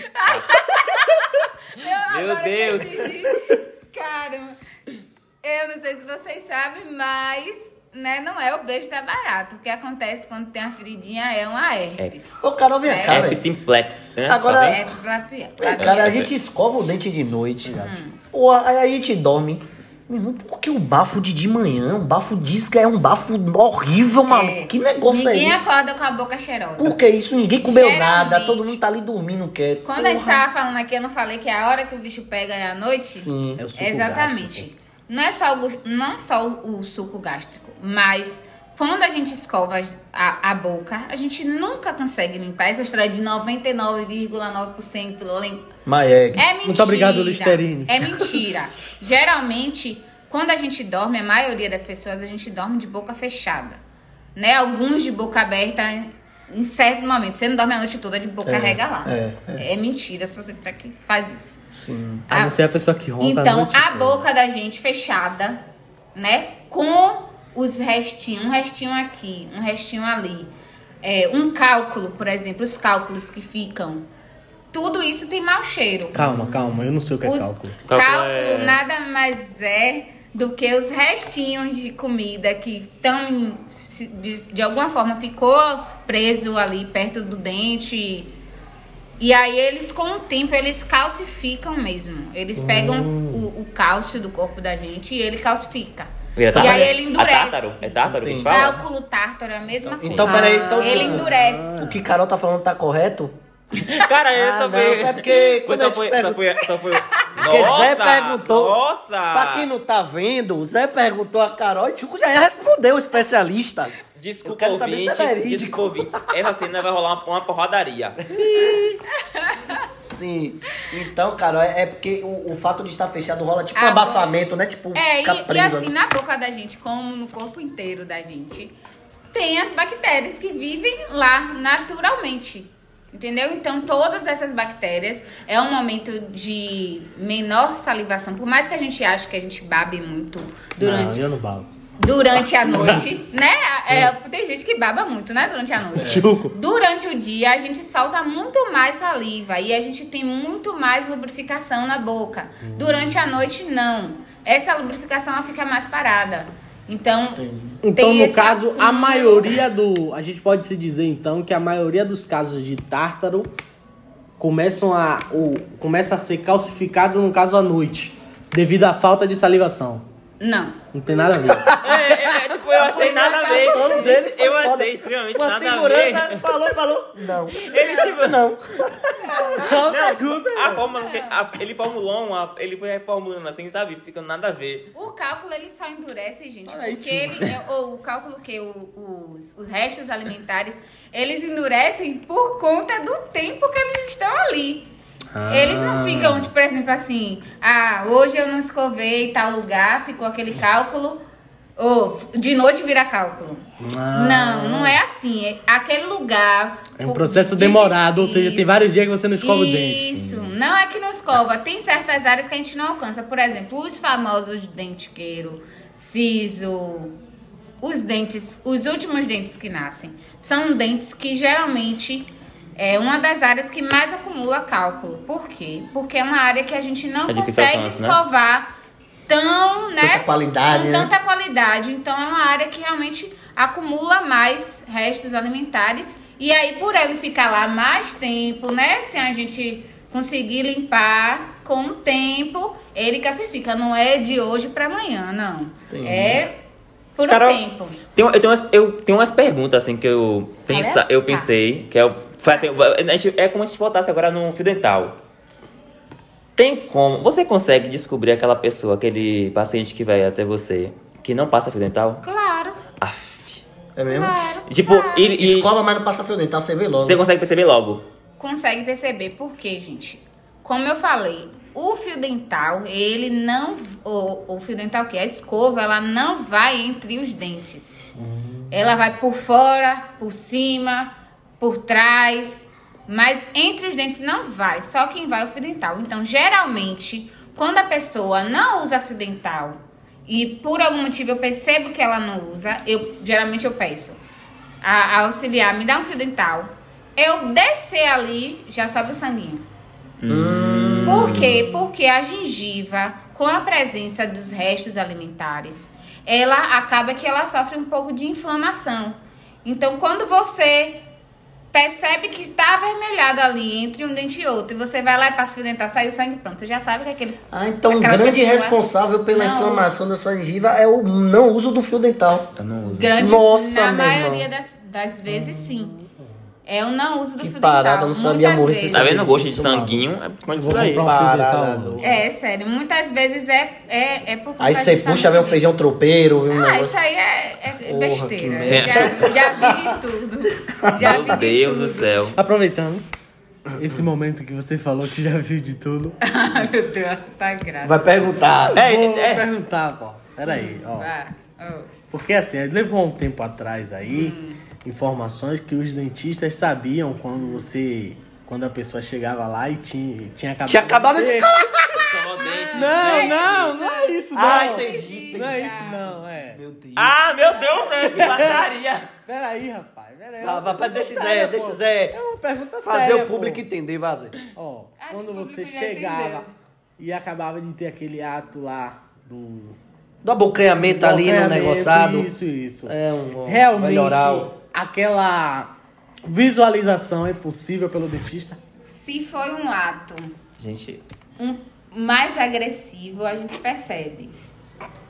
Eu Meu agora Deus. entendi. Caramba. Eu não sei se vocês sabem, mas né, não é o beijo da barata. O que acontece quando tem a feridinha é uma herpes. Ô, Carol, vem cá, Certo? velho. é simplex, né? Agora- Fazem? Herpes lapia- É, labial. cara, a gente escova o dente de noite. Pô, aí a gente dorme. Meu irmão, por que o bafo de de manhã? O bafo diz que é um bafo horrível, mano. É. Que negócio Ninguém é esse? acorda com a boca cheirosa. Por que isso? Ninguém comeu Geralmente- nada, todo mundo tá ali dormindo quieto. Quando a gente Porra. tava falando aqui, eu não falei que a hora que o bicho pega é à noite? Sim. É o suco Exatamente. gástrico. Não é só o, não só o, o suco gástrico, mas quando a gente escova a, a boca, a gente nunca consegue limpar essa história de noventa e nove vírgula nove por cento limpa. Maeg. É mentira. Muito obrigado, Listerine. É mentira. Geralmente, quando a gente dorme, a maioria das pessoas, a gente dorme de boca fechada. Né? Alguns de boca aberta em certo momento. Você não dorme a noite toda de boca É, regalada. é, É, mentira se você disser que faz isso. Sim. A não ser a pessoa que ronca a Então, noite a toda. boca da gente fechada, né? Com os restinhos, um restinho aqui, um restinho ali. É, um cálculo, por exemplo, os cálculos que ficam. Tudo isso tem mau cheiro. Calma, calma, eu não sei o que é Os cálculo. Cálculo cálculo é- nada mais é do que os restinhos de comida que estão de, de alguma forma ficou preso ali perto do dente. E aí eles com o tempo eles calcificam mesmo. Eles pegam o, o cálcio do corpo da gente e ele calcifica. Vira E tártaro? aí ele endurece. É tártaro? É tártaro que a gente fala? Cálculo tártaro é a mesma coisa. Então, peraí, então, Ele tipo, endurece. O que Carol tá falando tá correto? Cara, essa Ah, não, foi... é porque Foi quando só eu te foi... Só pergunto- foi... Só foi... Porque Nossa! Zé perguntou. Nossa! Pra quem não tá vendo, o Zé perguntou a Carol e Tchuco já ia responder, o especialista. Eu Desculpa, quero saber se é ouvintes. verídico. Desculpa, ouvintes. Essa cena vai rolar uma, uma porradaria. Sim. Então, Carol, é é porque o, o fato de estar fechado rola tipo um Agora- abafamento, né? Tipo, É, fica e, e preso, assim, né? na boca da gente, como no corpo inteiro da gente, tem as bactérias que vivem lá naturalmente. Entendeu? Então, todas essas bactérias é um momento de menor salivação. Por mais que a gente ache que a gente babe muito durante, Não, eu não babo. durante a noite, né? É, tem gente que baba muito, né? Durante a noite. Chuco. Durante o dia, a gente solta muito mais saliva e a gente tem muito mais lubrificação na boca. Durante a noite, não. Essa lubrificação ela fica mais parada. Então, Então, tem no esse caso, a acúmulo. maioria do... A gente pode se dizer, então, que a maioria dos casos de tártaro começam a, ou, começa a ser calcificado, no caso, à noite, devido à falta de salivação. Não. Não tem nada a ver. É, é, é, tipo, eu achei nada a ver. explicação dele foi Eu foda. achei extremamente Com a nada a segurança, ver. falou, falou. Não. Ele, tipo, Não. Não, a fórmula, a- ele formulou uma, ele foi reformulando assim, sabe? Fica nada a ver. O cálculo ele só endurece, gente, Olha aí, porque tio. ele, é, ou o cálculo que o- os, os restos alimentares, eles endurecem por conta do tempo que eles estão ali. Ah. Eles não ficam, tipo, por exemplo, assim, ah, hoje eu não escovei em tal lugar, ficou aquele cálculo, ou de noite vira cálculo. Ah. Não, não é assim. É aquele lugar. É um por- processo de- demorado, ou seja, tem isso. vários dias que você não escova o dente. Isso, não é que não escova. Tem certas áreas que a gente não alcança. Por exemplo, os famosos dentiqueiro, siso, os dentes, os últimos dentes que nascem, são dentes que geralmente é uma das áreas que mais acumula cálculo. Por quê? Porque é uma área que a gente não É difícil consegue alcance, né? escovar tão, né? Tanta qualidade, com né? tanta qualidade. Então é uma área que realmente acumula mais restos alimentares. E aí, por ele ficar lá mais tempo, né? Se a gente conseguir limpar com o tempo, ele calcifica. Não é de hoje para amanhã, não. Entendi. É por um Carol, tempo. Tem, eu, tenho umas, eu tenho umas perguntas assim que eu, pensa, eu Tá. pensei, que é, o- foi assim, a gente- é como se a gente voltasse agora no fio dental. Tem como, você consegue descobrir aquela pessoa, aquele paciente que vai até você, que não passa fio dental? Claro, Aff. É mesmo? claro. Tipo, claro. e, e Escova, mas não passa fio dental, você vê logo. você consegue perceber logo. Consegue perceber por quê, gente? Como eu falei, o fio dental, ele não... O, o fio dental que é a escova, ela não vai entre os dentes. Ela vai por fora, por cima, por trás, mas entre os dentes não vai. Só quem vai é o fio dental. Então, geralmente, quando a pessoa não usa fio dental e por algum motivo eu percebo que ela não usa, eu geralmente eu peço a, a auxiliar, me dá um fio dental. Eu descer ali, já sobe o sanguinho. Por quê? Porque a gengiva, com a presença dos restos alimentares, ela acaba que ela sofre um pouco de inflamação. Então, quando você percebe que está avermelhado ali entre um dente e outro, e você vai lá e passa o fio dental, sai o sangue, pronto, já sabe que aquele... Ah, então o aquela grande pessoa responsável pela não- inflamação da sua gengiva é o não uso do fio dental. Eu não uso. Grande, Nossa, na meu maioria irmão. das, das vezes, sim. É o não uso do Que fio parada, dental. eu não sabia, muitas amor, vezes. Tá vendo o gosto de Isso, mano. sanguinho? É por conta disso Vou daí. comprar um fio Parada, dental. do- É, sério. Muitas vezes é, é, é por conta Aí você justamente puxa, vê um disso. feijão tropeiro, vê um Ah, negócio. isso aí é, é Porra, besteira. que merda. Já, já vi de tudo. Já vi Meu de Deus tudo. do céu. Aproveitando esse momento que você falou que já viu de tudo, Ai, meu Deus, você tá graça. Vai perguntar. É, vou é. perguntar, pô. Peraí, ó. Vai. Oh. Porque assim, levou um tempo atrás aí informações que os dentistas sabiam quando você. Quando a pessoa chegava lá e tinha, tinha acabado. Tinha acabado de ter- escalar. Escovar o dente. Não, não, não é isso, não. Ah, entendi, Não é entendi. isso, não, é. Meu Deus. Ah, meu Deus do céu, que passaria. Peraí, rapaz. Peraí. Vai, vai, pergunta deixa Zé, séria, deixa pô. Zé. É uma pergunta Fazer séria, o público pô. entender, Vazé. Ó, Acho quando que o você público já chegava entendeu. e acabava de ter aquele ato lá do. Do abocanhamento ali no acompanhamento, negociado. Isso, isso. É um, um Realmente, melhoral. aquela visualização é possível pelo dentista? Se foi um ato Gente, um, mais agressivo, a gente percebe.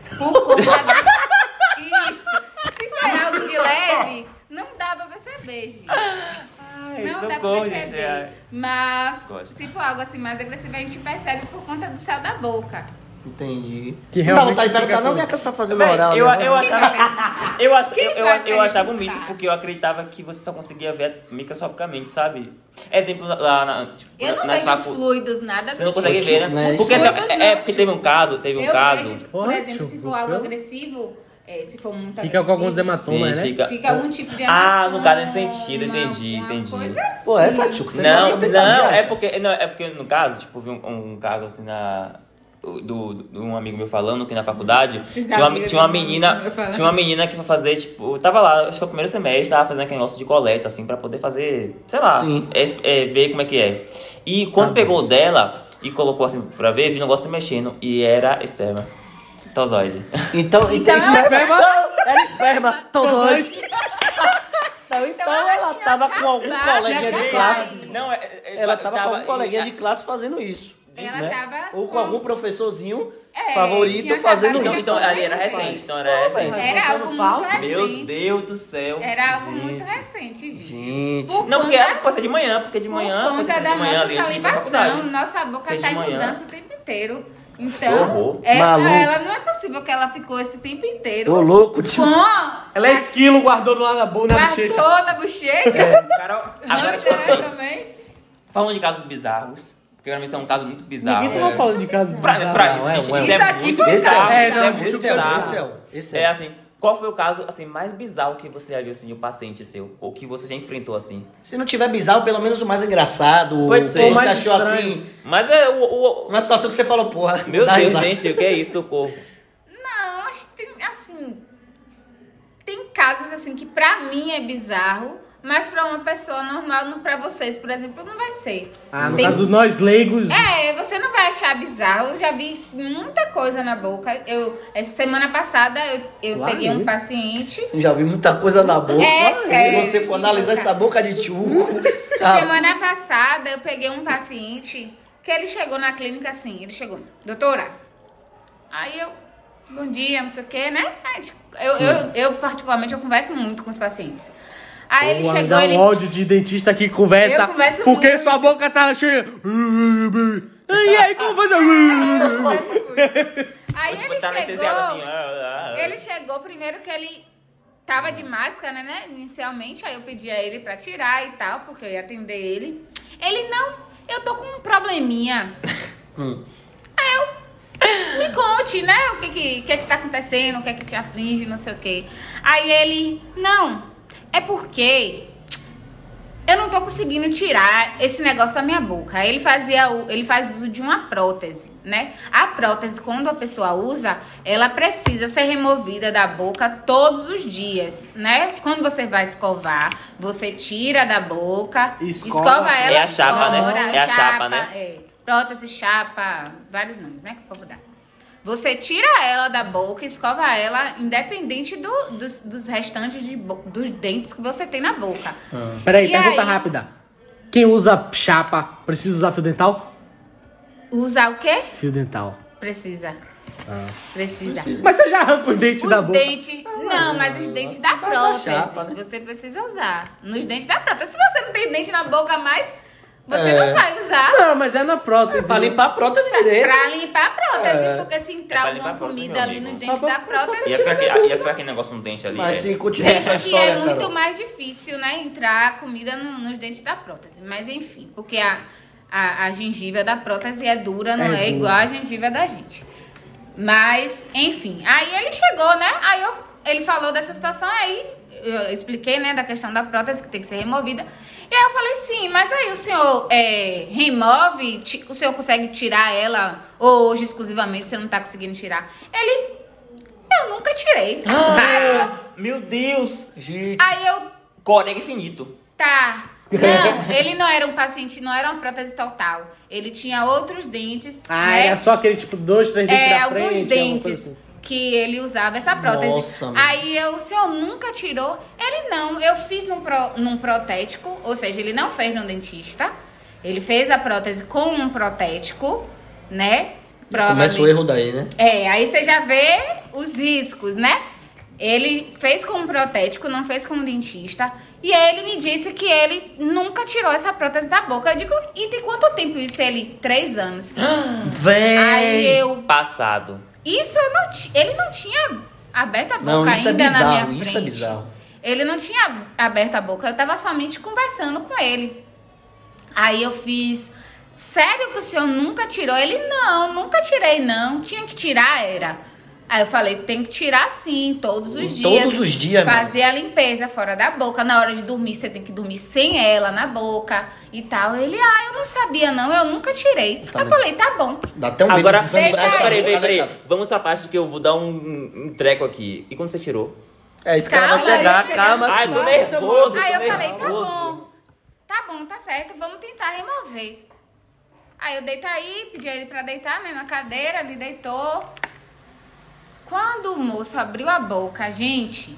Por conta do... Isso. Se foi algo de leve, não dá pra perceber, gente. Ai, Não dá pra socorro, perceber. gente. Ai. Mas Gosto. se for algo assim mais agressivo, a gente percebe por conta do céu da boca. Entendi. Que não dá realmente vontade de perguntar, fica não, com- minha que você tá fazendo Véi, oral. eu, né? eu achava, eu, ach, eu, Quem eu, vai eu achava um perguntar? mito, porque eu acreditava que você só conseguia ver microscopicamente, sabe? Exemplo, lá na, tipo, Eu não nas vejo os facu... fluidos, nada Você não do consegue tipo. ver, né? Né? Porque, Os sabe, fluidos é não, porque teve um caso, teve um eu caso... vejo, por Ótimo, exemplo, se for algo eu- agressivo, é, se for muito Fica com alguns agressivo, hematomas, Sim, né? fica... fica algum tipo de Ah, no caso, nesse hematoma, sentido, entendi, uma entendi. Coisa assim. Pô, essa tchuca, você Não, não, não, é porque, não, é porque no caso, tipo, vi um, um caso assim na... Do, do um amigo meu falando que na faculdade Esses tinha uma, amigos tinha uma do menina meu falando. tinha uma menina que foi fazer tipo tava lá, acho que foi o primeiro semestre, tava fazendo aquele negócio de coleta assim pra poder fazer, sei lá, Sim. é, é, ver como é que é. E quando Tá pegou o dela e colocou assim pra ver, vi o negócio se mexendo e era esperma tozoide. Então, então, Então, esperma. ela- Não, era esperma. Tosóide. Não, então ela ela tinha tava com algum acabado coleguinha de de classe. cair. Não, é, é, Ela tava com algum coleguinha e- de classe fazendo isso. Ela né? tava Ou com com- algum professorzinho É, favorito tinha fazendo acabado Então, de isso. então ali era Recente. recente, então era recente. Era algo muito falso? recente. Meu Deus do céu. Era algo Gente. muito recente, gente. Gente. Por Não, porque conta- ela pode ser de manhã, porque de manhã... Por pode conta ser da de manhã nossa ali, antes de ir pra salivação, faculdade. nossa boca Fez tá de em manhã. mudança o tempo inteiro. Que Então, horror. ela, Maluco. ela não é possível que ela ficou esse tempo inteiro Ô, louco, tio. com Ela é esquilo, guardou do lado da boca, na bochecha. guardou na bochecha. Carol, agora, tipo Não, assim, também. falando de casos bizarros, porque geralmente isso é um caso muito bizarro. Ninguém tava falando de casos Pra, bizarros. pra, Não, é, isso, é, isso é. é, Isso aqui muito foi bizarro. bizarro. Isso É, é não, muito esse é o, bizarro. esse é o, esse É é o. assim, qual foi o caso assim, mais bizarro que você já viu assim, de um paciente seu? Ou que você já enfrentou assim? Se não tiver bizarro, pelo menos o mais engraçado. Pode o ser. que O você mais achou estranho. assim. Mas é o... o- Uma situação que você falou, porra. meu dá Deus, risada. gente, o que é isso, socorro? Não, acho que tem, assim, tem casos assim que pra mim é bizarro, mas pra uma pessoa normal, não- pra vocês, por exemplo, não vai ser. Ah, no Tem- caso nós leigos... É, você não vai achar bizarro. Eu já vi muita coisa na boca. Eu, essa semana passada eu, eu Lá peguei aí. um paciente. Já vi muita coisa na boca. É, Se sério, você for que analisar boca. essa boca de tchuco. ah, Semana passada eu peguei um paciente que ele chegou na clínica assim. Ele chegou, doutora. Aí eu, bom dia, não sei o que, né? Aí, eu, eu, eu, particularmente, eu converso muito com os pacientes. Aí ele Pô, chegou, dá um ele... ódio de dentista que conversa. Eu converso porque muito. sua boca tá cheia. E aí, como faz? Aí ele Tipo, tá anestesiado assim. chegou... ah, ah. Ele chegou primeiro que ele tava de máscara, né, inicialmente, aí eu pedi a ele pra tirar e tal, porque eu ia atender ele. Ele, não, eu tô com um probleminha. Aí eu, me conte, né, o que que, que que tá acontecendo, o que que te aflige, não sei o que. Aí ele, não, é porque... eu não tô conseguindo tirar esse negócio da minha boca. Aí ele fazia o, ele faz uso de uma prótese, né? A prótese, quando a pessoa usa, ela precisa ser removida da boca todos os dias, né? Quando você vai escovar, você tira da boca, Escova. escova ela É a chapa, né? fora, É a chapa, né? É, prótese, chapa, vários nomes, né? Que o povo dá. Você tira ela da boca, escova ela, independente do, dos, dos restantes de bo- dos dentes que você tem na boca. Peraí, E pergunta aí? rápida. Quem usa chapa precisa usar fio dental? Usar o quê? Fio dental. Precisa. Precisa. Mas você já arranca os dentes Os da boca. dentes. Não, mas os dentes da da prótese. chapa, né? Você precisa usar. Nos dentes da prótese. Se você não tem dente na boca mais, você É. não vai usar. Não, mas é na prótese. Pra né? limpar a prótese direito. Pra limpar a prótese. É. Porque se É entrar pra limpar alguma a prótese, comida meu ali amigo. nos dentes Só da pra- prótese. Ia ficar, aquele, ia ficar aquele negócio no dente ali. Mas é. sim, continua essa Esse aqui história, é muito Carol. mais difícil, né? Entrar comida no- nos dentes da prótese. Mas enfim, porque a, a, a gengiva da prótese é dura, não É é, dura. igual a gengiva da gente. Mas, enfim, aí ele chegou, né? Aí eu, ele falou dessa situação, aí eu expliquei, né, da questão da prótese que tem que ser removida. E aí eu falei, sim, mas aí o senhor é, remove, ti- o senhor consegue tirar ela, ou hoje exclusivamente você não tá conseguindo tirar? Ele, eu nunca tirei. Ah, meu Deus! Gente, Aí eu, Código infinito. tá. Não, ele não era um paciente, não era uma prótese total. Ele tinha outros dentes, Ah, né? era só aquele tipo dois, três dentes É, na alguns frente. alguma dentes coisa assim. que ele usava essa prótese. Nossa, mano. Aí eu, o senhor nunca tirou? Ele não, eu fiz num, pro, num protético, ou seja, ele não fez no dentista. Ele fez a prótese com um protético, né? começa o Provavelmente. erro daí, né? É, aí você já vê os riscos, né? Ele fez com um protético, não fez com um dentista. E ele me disse que ele nunca tirou essa prótese da boca. Eu digo, e de quanto tempo isso? Ele, três anos. Véi! Aí eu... Passado. Isso eu não tinha... Ele não tinha aberto a boca Não, isso é ainda na bizarro, minha frente. isso é bizarro. Ele não tinha aberto a boca. Eu tava somente conversando com ele. Aí eu fiz... Sério que o senhor nunca tirou? Ele, não, nunca tirei não. Tinha que tirar, era... Aí eu falei, tem que tirar sim, todos os dias. Todos os dias, fazer a limpeza fora da boca. Na hora de dormir, você tem que dormir sem ela na boca e tal. Ele, ah, eu não sabia não, eu nunca tirei. Tá eu bem. falei, tá bom. Dá até um medo Agora, de desangrar essa peraí, boca, peraí, né, peraí. Vamos pra parte que eu vou dar um, um treco aqui. E quando você tirou? cara? É, esse cara vai Calma, chegar, aí, calma. Ai, tô tio. nervoso. Aí eu tô falei, tá nervoso. bom. Tá bom, tá certo, vamos tentar remover. Aí eu deitei aí, pedi ele pra deitar, né, na cadeira, ele deitou. Quando o moço abriu a boca, gente,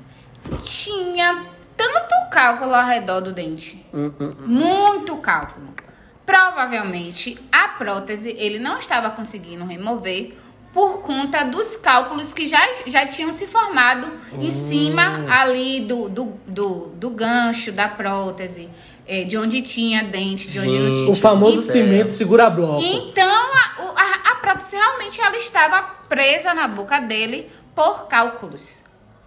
tinha tanto cálculo ao redor do dente. Hum, hum, hum. Muito cálculo. Provavelmente, a prótese ele não estava conseguindo remover por conta dos cálculos que já, já tinham se formado Hum. em cima ali do, do, do, do gancho da prótese, eh, de onde tinha dente, de onde não Gente. tinha. O famoso Isso é- cimento segura bloco. Então, a, o- a, a prótese realmente ela estava presa na boca dele por cálculos.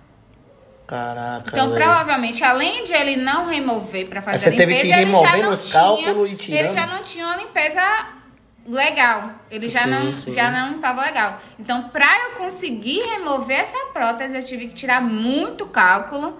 Caraca, Então, velho. provavelmente, além de ele não remover para fazer Aí você a limpeza, teve que ir ele já removendo não os tinha, cálculos e tirando. ele já não tinha uma limpeza legal. Ele já Sim, não sim. já não estava legal. Então, para eu conseguir remover essa prótese, eu tive que tirar muito cálculo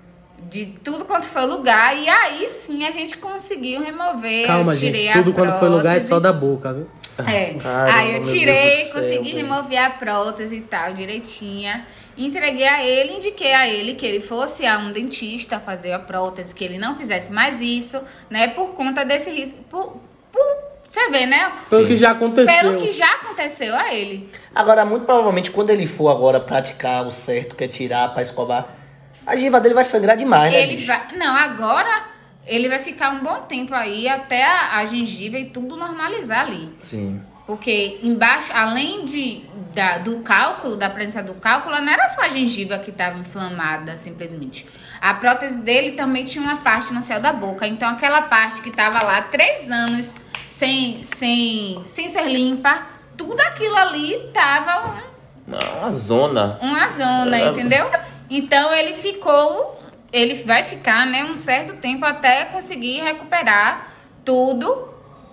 de tudo quanto foi lugar e aí sim a gente conseguiu remover. Calma, eu tirei gente. a Tudo quando foi lugar é prótese. só da boca, viu? É. Caramba, Aí eu meu tirei, Deus do céu, consegui velho. remover a prótese e tal, direitinha. Entreguei a ele, indiquei a ele que ele fosse a um dentista fazer a prótese, que ele não fizesse mais isso, né? Por conta desse risco. Por, por, você vê, né? Pelo Sim. que já aconteceu. Pelo que já aconteceu a ele. Agora, muito provavelmente, quando ele for agora praticar o certo, que é tirar pra escovar, a gengiva dele vai sangrar demais, né, Ele bicho? vai. Não, agora ele vai ficar um bom tempo aí até a, a gengiva e tudo normalizar ali. Sim. Porque embaixo, além de, da, do cálculo, da presença do cálculo, não era só a gengiva que estava inflamada, simplesmente. A prótese dele também tinha uma parte no céu da boca. Então, aquela parte que estava lá há três anos sem, sem, sem ser limpa, tudo aquilo ali estava Uma, uma zona. uma zona, É. entendeu? Então, ele ficou, ele vai ficar, né, um certo tempo até conseguir recuperar tudo,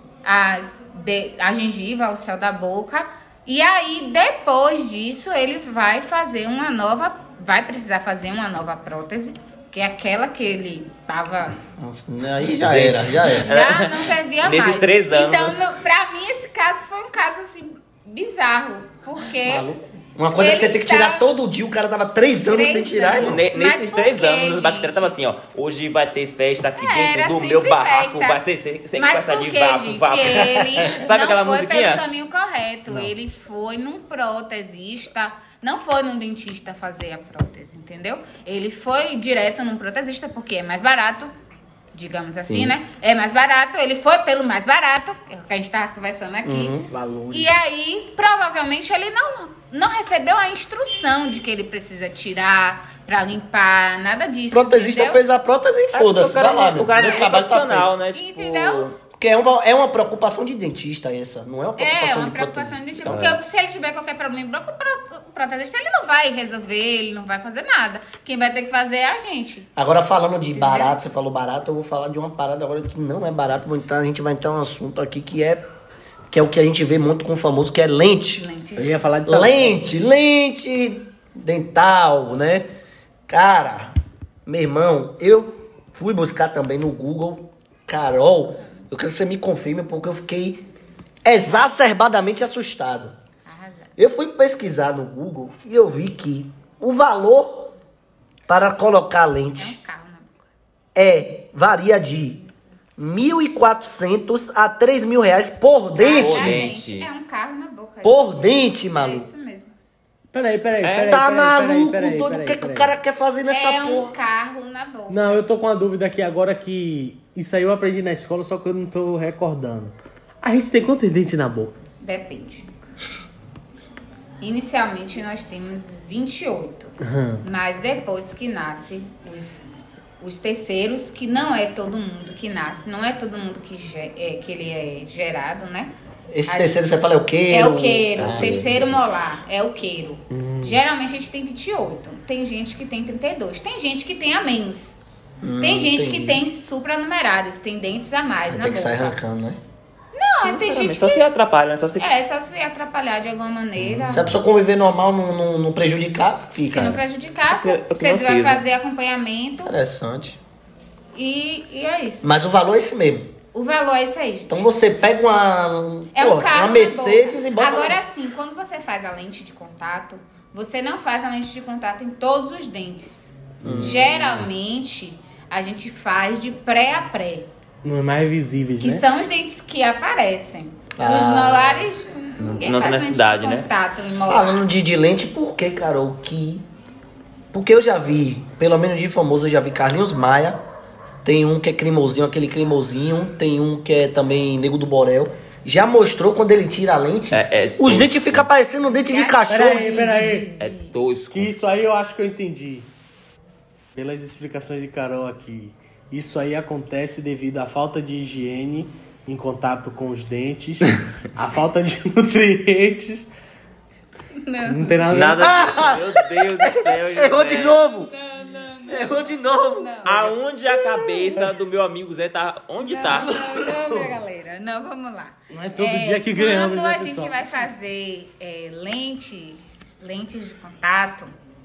a, de, a gengiva, o céu da boca. E aí, depois disso, ele vai fazer uma nova, vai precisar fazer uma nova prótese, que é aquela que ele tava, Aí já Gente. era, já era. já não servia mais. Nesses três anos. Então, no, pra mim, esse caso foi um caso, assim, bizarro, porque... Maluco. Uma coisa que Ele você tem que tá- tirar todo dia, o cara tava três anos Três sem tirar, anos. irmão. Ne- Mas Nesses por três quê, anos, as gente? bactérias estavam assim, ó. Hoje vai ter festa aqui Era dentro do sempre meu barraco. festa. Vai ser sem, sem Mas conversa por de quê, vapo, gente? vapo. Ele Sabe não aquela foi musiquinha? pelo caminho correto. Ele foi num protesista, não foi num dentista fazer a prótese, entendeu? Ele foi direto num protesista porque é mais barato, digamos assim, Sim. né? É mais barato, ele foi pelo mais barato, que é o que a gente tava conversando aqui. Valores. E aí, provavelmente, ele não, não recebeu a instrução de que ele precisa tirar pra limpar, nada disso. O protesista entendeu? fez a prótese e foda-se, o cara, vai lá, meu. o cara Meu é trabalho tá profissional, feito. né? Tipo, Entendeu? Porque é uma, é uma preocupação de dentista essa, não é uma preocupação É, uma de preocupação de protesista. tipo, porque se ele tiver qualquer problema com o pro- o protetista, ele não vai resolver, ele não vai fazer nada. Quem vai ter que fazer é a gente. Agora, falando de barato, você falou barato, eu vou falar de uma parada agora que não é barato. Vou entrar, a gente vai entrar num assunto aqui que é, que é o que a gente vê muito com o famoso, que é lente. Eu ia falar de saúde. Lente, lente dental, né? Cara, meu irmão, eu fui buscar também no Google. Carol, eu quero que você me confirme porque eu fiquei exacerbadamente assustado. Arrasado. Eu fui pesquisar no Google e eu vi que o valor para colocar É lente um carro na boca. é, varia de mil e quatrocentos a três mil reais por dente. Por Realmente, dente. é um carro na boca. Por dente, É maluco. isso mesmo. Peraí, peraí, É? peraí. Tá peraí, maluco, peraí, peraí, doido? peraí, O que, que o peraí. cara quer fazer nessa É um porra? carro na boca. Não, eu tô com uma dúvida aqui agora que isso aí eu aprendi na escola, só que eu não tô recordando. A gente tem quantos dentes na boca? Depende. Inicialmente nós temos vinte e oito, uhum. mas depois que nasce os, os terceiros, que não é todo mundo que nasce, não é todo mundo que, é, que ele é gerado, né? Esse a terceiro gente, você fala é o queiro? É o queiro, ah, o terceiro sim. molar, é o queiro. Hum. Geralmente a gente tem vinte e oito, tem gente que tem trinta e dois, tem gente que tem a menos. Hum, tem gente entendi. que tem supranumerários, tem dentes a mais Vai na ter boca. que sair arrancando, né? Não, mas tem gente só que... se atrapalha, né? Só se... É, só se atrapalhar de alguma maneira. Se a pessoa conviver normal, não, não, não prejudicar, fica. Se não prejudicar, você, você vai fazer acompanhamento. Interessante. E, e é isso. Mas o valor é esse mesmo. O valor é esse aí, gente. Então você pega uma, é pô, um carro uma Mercedes e bota... Agora sim, quando você faz a lente de contato, você não faz a lente de contato em todos os dentes. Hum. Geralmente, a gente faz de pré a pré. Não é mais visíveis, que né? Que são os dentes que aparecem. Ah. Os molares, ninguém não faz tem necessidade, lente de contato né? em molar. Falando de, de lente, por que, Carol, que... Porque eu já vi, pelo menos de famoso, eu já vi Carlinhos Maia, tem um que é cremosinho, aquele cremosinho, tem um que é também Nego do Borel. Já mostrou quando ele tira a lente, é, é os dentes ficam parecendo um dente de cachorro. Peraí, peraí. É tosco. Que isso aí eu acho que eu entendi. Pelas explicações de Carol aqui. Isso aí acontece devido à falta de higiene em contato com os dentes, a falta de nutrientes. Não, não tem nada, nada disso. Meu Deus do céu. Errou de novo. Não, não, não. Errou de novo. Não. Aonde a cabeça do meu amigo Zé tá? Onde não, tá? Não, não, minha galera. Não, vamos lá. Não é todo é, dia que ganhamos. Quando a gente vai fazer é, lente, lentes de contato,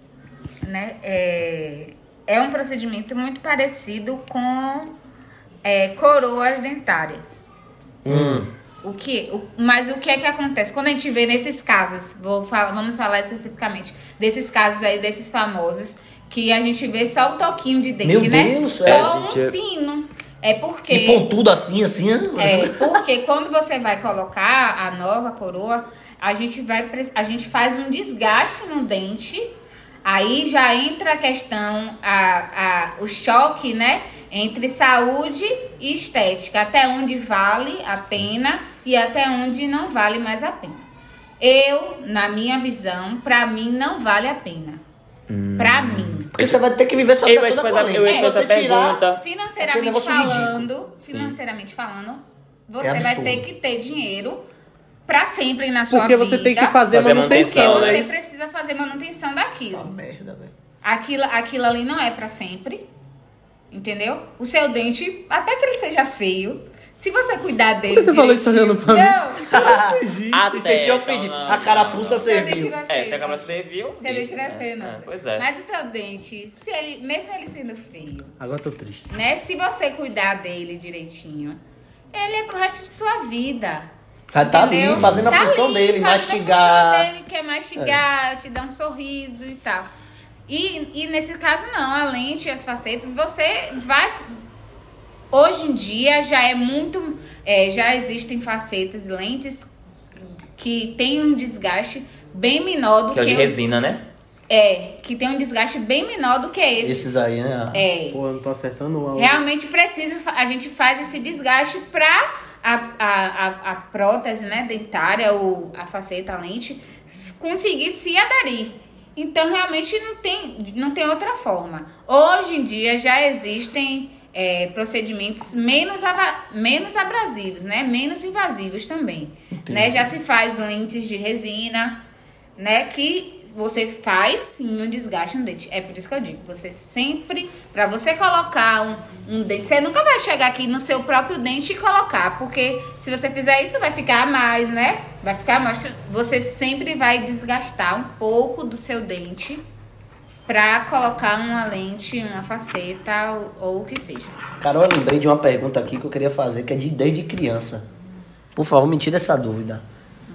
né? É, é um procedimento muito parecido com é, coroas dentárias. Hum. O que, o, mas o que é que acontece? Quando a gente vê nesses casos, vou falar, vamos falar especificamente desses casos aí, desses famosos, que a gente vê só o toquinho de dente, Meu né? Deus, só é, um gente, pino. É porque... E pontudo assim, assim... É, porque quando você vai colocar a nova coroa, a gente, vai, a gente faz um desgaste no dente, aí já entra a questão, a, a, o choque, né? Entre saúde e estética, até onde vale a pena e até onde não vale mais a pena. Eu, na minha visão, pra mim não vale a pena. Hum. Pra mim. Porque você vai ter que viver sua vida toda com a lente. Se você tirar, financeiramente falando, financeiramente falando, você é vai ter que ter dinheiro pra sempre na sua porque vida. Porque você tem que fazer, fazer manutenção, Porque né? você precisa fazer manutenção daquilo. Tá merda, velho. Aquilo, aquilo ali não é pra sempre. Entendeu? O seu dente, até que ele seja feio, se você cuidar dele. Por que você falou isso olhando pra mim? Não! Ah, se sentiu ofendido. A carapuça serviu. É, se a carapuça serviu. Seu dente não é feio, não. É, pois é. Mas o teu dente, se ele, mesmo ele sendo feio. Agora eu tô triste. Né? Se você cuidar dele direitinho, ele é pro resto de sua vida. Já tá ali fazendo a tá função ali, dele, fazendo mastigar. A função dele, quer mastigar, é. te dar um sorriso e tal. E, e nesse caso não, a lente e as facetas, você vai... Hoje em dia já é muito... É, já existem facetas e lentes que tem um desgaste bem menor do que... Que é o de os, resina, né? É, que tem um desgaste bem menor do que esses. Esses aí, né? É. Pô, eu não tô acertando o... Realmente precisa... A gente faz esse desgaste pra a, a, a, a prótese, né, dentária, ou a faceta, a lente, conseguir se aderir. Então, realmente, não tem, não tem outra forma. Hoje em dia, já existem é, procedimentos menos, ava- menos abrasivos, né? Menos invasivos também. Né? Já se faz lentes de resina, né? Que você faz, sim, um desgaste no dente. É por isso que eu digo, você sempre... Para você colocar um, um dente... Você nunca vai chegar aqui no seu próprio dente e colocar, porque se você fizer isso, vai ficar mais, né? Vai ficar mais... Você sempre vai desgastar um pouco do seu dente para colocar uma lente, uma faceta ou, ou o que seja. Carol, eu lembrei de uma pergunta aqui que eu queria fazer, que é de desde criança. Por favor, me tira essa dúvida. Hum.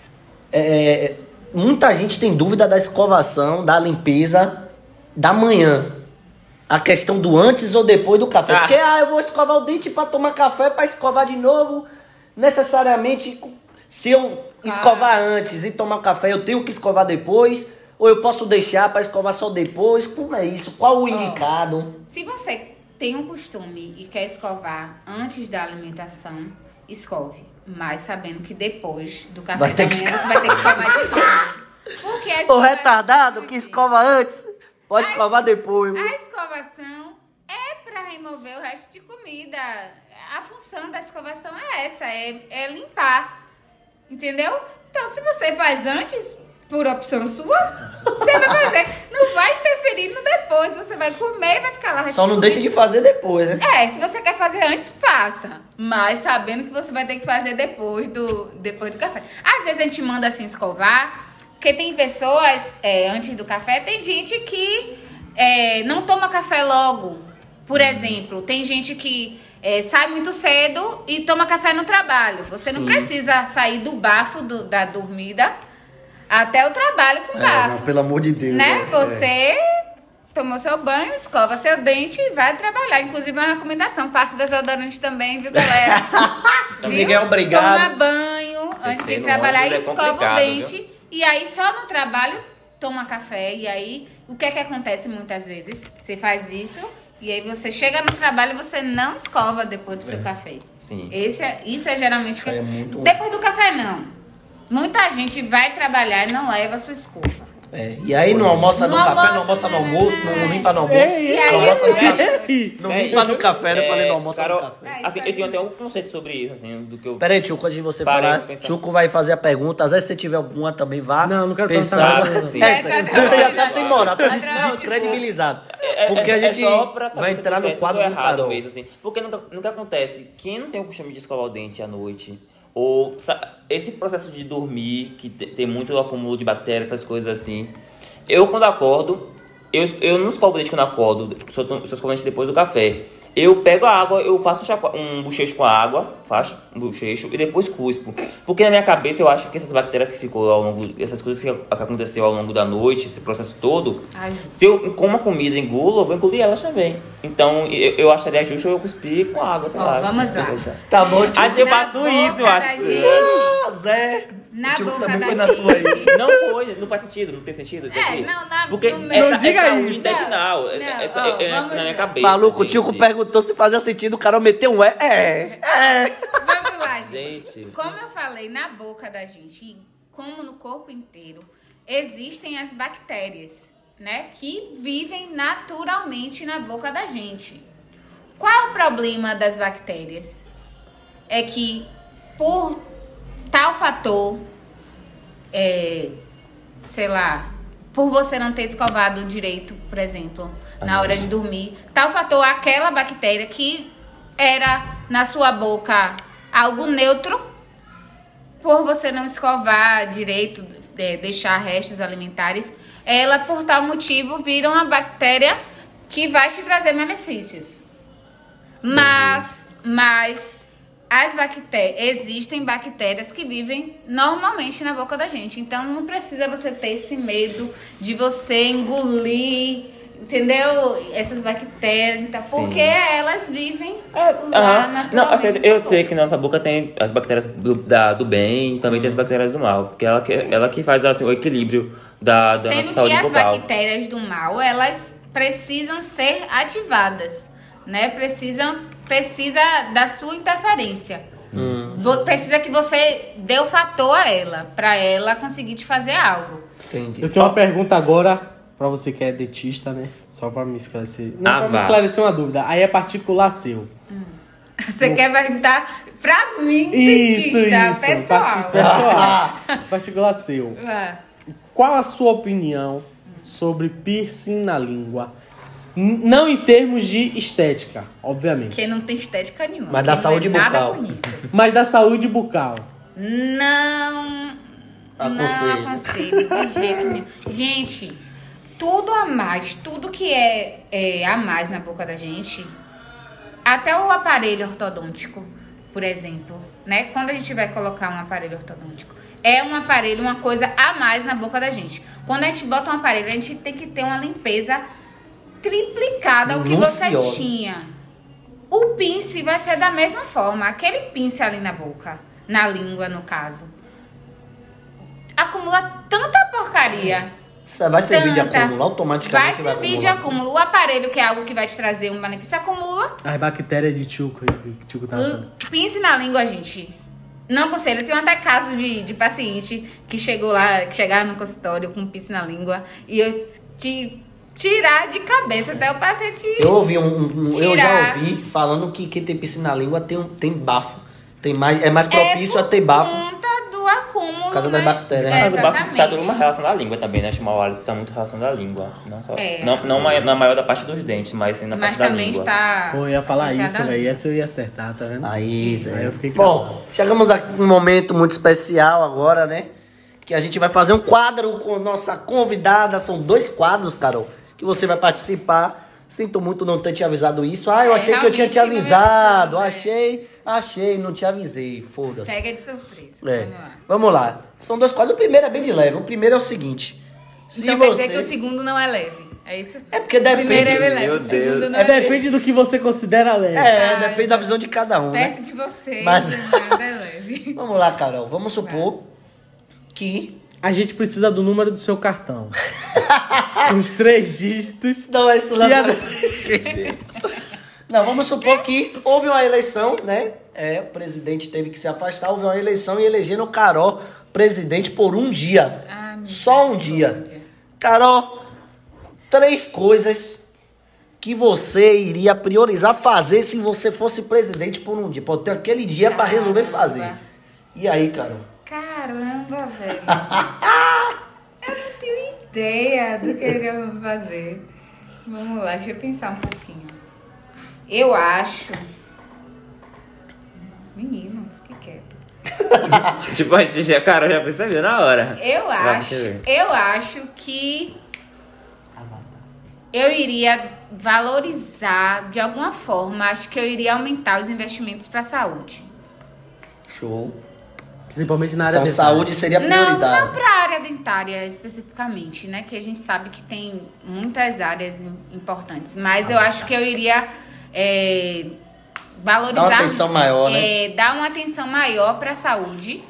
É... Muita gente tem dúvida da escovação, da limpeza da manhã. A questão do antes ou depois do café. Ah. Porque, ah, eu vou escovar o dente para tomar café, para escovar de novo. Necessariamente, se eu claro. escovar antes e tomar café, eu tenho que escovar depois? Ou eu posso deixar para escovar só depois? Como é isso? Qual o indicado? Oh, se você tem um costume e quer escovar antes da alimentação, escove. Mas sabendo que depois do café da manhã você vai ter que escovar de novo. Porque a O escovação, retardado que escova antes, pode escovar depois. A escovação é para remover o resto de comida. A função da escovação é essa, é, é limpar. Entendeu? Então, se você faz antes, por opção sua, você vai fazer. Não vai interferir no depois. Você vai comer e vai ficar lá. Só não deixa de fazer depois, né? É, se você quer fazer antes, faça. Mas sabendo que você vai ter que fazer depois do, depois do café. Às vezes a gente manda assim escovar, porque tem pessoas, é, antes do café, tem gente que é, não toma café logo. Por exemplo, tem gente que é, sai muito cedo e toma café no trabalho. Você Sim. não precisa sair do bafo do, da dormida até o trabalho com É, bafo. não, pelo amor de Deus. Né? é. Você tomou seu banho, escova seu dente e vai trabalhar. Inclusive, é uma recomendação. Passa desodorante também, viu, galera? Viu? Miguel, obrigado. Toma banho Você antes ser de no trabalhar e ônibus é escova o complicado, dente. viu? E aí, só no trabalho, toma café. E aí, o que é que acontece muitas vezes? Você faz isso e aí você chega no trabalho e você não escova depois do seu café. Sim. Esse é, isso é geralmente... Isso aí é muito ruim. Depois do café, não. Muita gente vai trabalhar e não leva a sua escova. É, e aí não almoça no Não café, não almoça, almoça no né? almoço, não limpa no almoço, Ei, E aí, não almoça no é- café. Não É, limpa no café, né? Eu falei, É, não almoça Carol, no café. É, assim, isso eu tenho aí. até um conceito sobre isso, assim, do que eu... Pera aí, Tchuco, antes de você Parei falar, pra pensar. Tchuco vai fazer a pergunta. Às vezes se você tiver alguma também, vá. Não, não quero pensar. perguntar nada, não. É, Sim. você já tá sem moral, tá des- Não, descredibilizado. É, Porque é- a é gente só pra saber vai se entrar você é no tudo quadro do errado Carol. mesmo, assim. Porque nunca, nunca acontece, quem não tem o costume de escovar o dente à noite, ou sa- esse processo de dormir, que te- tem muito acúmulo de bactérias, essas coisas assim. Eu, quando acordo, eu, eu não escovo o dente quando acordo, só, só escovo o dente depois do café. Eu pego a água, eu faço um, chacua- um bochecho com a água, faço um bochecho e depois cuspo. Porque na minha cabeça eu acho que essas bactérias que ficou ao longo, essas coisas que, que aconteceu ao longo da noite, esse processo todo, Ai. se eu como a comida e engulo, eu vou engolir elas também. Então eu, eu acharia justo eu cuspir com água, sei Ó, lá. vamos lá. Tá bom, Tchuco. Ah, eu Na faço isso, eu boca acho. da gente. Ah, Zé. Na O Tchuco boca também da foi na gente. sua aí. Não foi, não faz sentido, não tem sentido isso É, aqui. não, na- Porque no é, meio- sa- Não diga é saúde isso. intestinal, Não, é, é, não, é- ó, é vamos na minha lá. cabeça. Maluco, o gente. Tchuco perguntou se fazia sentido, o cara meteu um é. É, é. Vamos lá, gente. Gente. Como eu falei, na boca da gente, e como no corpo inteiro, existem as bactérias, né? Que vivem naturalmente na boca da gente. Qual é o problema das bactérias? É que por tal fator, é, sei lá, por você não ter escovado direito, por exemplo, na hora de dormir, tal fator, aquela bactéria que era na sua boca algo neutro, por você não escovar direito, é, deixar restos alimentares, ela, por tal motivo, vira uma bactéria que vai te trazer benefícios. Mas, mas as bactérias, existem bactérias que vivem normalmente na boca da gente. Então não precisa você ter esse medo de você engolir, entendeu? Essas bactérias e tal, Sim. porque elas vivem É, lá aham. Não, naturalmente assim, na eu boca. sei que na nossa boca tem as bactérias do, da, do bem e também tem as bactérias do mal. Porque ela que, ela que faz assim, o equilíbrio da, da nossa Sendo que saúde as bucal. bactérias do mal, elas precisam ser ativadas, né? Precisam, precisa da sua interferência. Vo- Precisa que você dê o fator a ela, pra ela conseguir te fazer algo. Entendi. Eu tenho uma pergunta agora pra você que é dentista, né? Só pra me esclarecer. Não, Ah, pra me vá. esclarecer uma dúvida. Aí é particular seu. Você quer perguntar pra mim, Isso, dentista, isso. pessoal. Parti- pessoal. Particular seu. Ah, Qual a sua opinião sobre piercing na língua? N- Não em termos de estética, obviamente. Porque não tem estética nenhuma. Mas da porque não saúde é nada bucal. bonito. Mas da saúde bucal. Não, Aconselho. não aconselho, de jeito nenhum. Gente, tudo a mais, tudo que é, é a mais na boca da gente, até o aparelho ortodôntico, por exemplo, né? Quando a gente vai colocar um aparelho ortodôntico, é um aparelho, uma coisa a mais na boca da gente. Quando a gente bota um aparelho, a gente tem que ter uma limpeza triplicada ao que você Minuciosa. tinha. O pince vai ser da mesma forma. Aquele pince ali na boca, na língua, no caso, acumula tanta porcaria. Isso vai servir de Tanta. acúmulo, automaticamente Vai servir de acúmulo. O aparelho, que é algo que vai te trazer um benefício, acumula. As bactérias de tchuco aí que o tchuco tava falando. Pince na língua, gente. Não aconselho. Eu tenho até caso de, de paciente que chegou lá, que chegava no consultório com pizza na língua e eu te tirar de cabeça até o paciente. Eu ouvi um, um- eu já Tirar. ouvi falando que quem tem piscina na língua tem, um- tem bafo. Tem mais, é mais propício é a ter bafo. Por conta do acúmulo. Por causa das né? bactérias. É, Mas o bafo tá exatamente. toda uma relação da língua também, né? Chamar o hálito tá muito relação da língua. Não só. É. Não, não ma- na maior da parte dos dentes, mas sim na Mas parte da também língua. está. Pô, eu ia falar associada isso, à velho. língua. Essa eu ia acertar, tá vendo? Aí, Aí Zé. eu fiquei Bom, chegamos a um momento muito especial agora, né? Que a gente vai fazer um quadro com nossa convidada. São dois quadros, Carol, que você vai participar. Sinto muito não ter te avisado isso. Ah, eu É, achei que eu tinha te realmente não me avisado. avisou, né? Achei, achei, não te avisei. Foda-se. Pega de surpresa. É. Vamos lá. Vamos lá. São dois quadros. O primeiro é bem de leve. O primeiro é o seguinte. Se Então quer você... dizer que o segundo não é leve. É isso? É porque O primeiro depende... é leve, Meu o segundo Deus. não É, é leve. depende do que você considera leve. É, Ah, depende da visão de cada um, né? Perto de você, Mas- nada é leve. Vamos lá, Carol. Vamos supor que... A gente precisa do número do seu cartão. Os três dígitos. Não, é isso não. E a- Esqueci. Não, vamos supor que houve uma eleição, né? É, o presidente teve que se afastar, houve uma eleição e elegeram Carol presidente por um dia. Ah, Só um dia. misericórdia. Carol, três coisas que você iria priorizar fazer se você fosse presidente por um dia. Pode ter aquele dia pra resolver fazer. Caramba. E aí, Carol? Caramba, velho. Eu não tenho ideia do que eu iria fazer. Vamos lá, deixa eu pensar um pouquinho. Eu acho... Menino, fique quieto. Tipo, a gente já, cara, já percebeu na hora. Eu Vai, acho, deixa eu ver. eu acho que eu iria valorizar de alguma forma, acho que eu iria aumentar os investimentos para a saúde. Show. Principalmente na área Então, dentária. saúde seria Não, prioridade. não para a área dentária especificamente, né? Que a gente sabe que tem muitas áreas im- importantes. Mas eu acho que eu iria é, valorizar... Dá uma atenção maior, né? é, dar uma atenção maior para a saúde.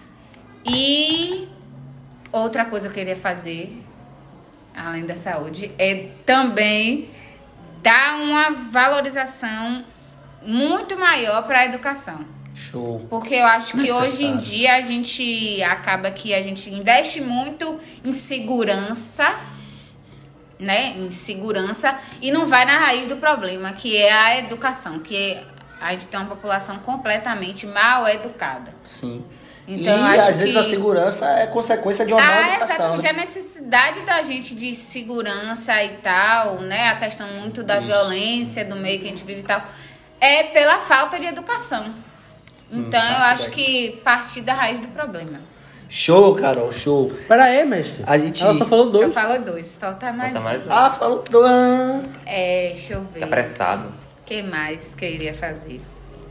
E outra coisa que eu iria fazer, além da saúde, é também dar uma valorização muito maior para a educação. Show. Porque eu acho que Necessário. hoje em dia a gente acaba que a gente investe muito em segurança, né? Em segurança e não vai na raiz do problema, que é a educação, que a gente tem uma população completamente mal educada. Sim. Então, eu e acho às vezes que- a segurança é consequência de uma má Ah, educação. exatamente. Né? A necessidade da gente de segurança e tal, né? A questão muito da Isso. violência do meio que a gente vive e tal, é pela falta de educação. Então, eu parte acho daí. que partir da raiz do problema. Show, Carol, show. Pera aí, mestre. A gente- Ela só falou Só dois. falou dois, falta mais Falta um. mais um. Ah, falou. Ah, É, deixa eu ver. Tá apressado. O que mais que eu iria fazer?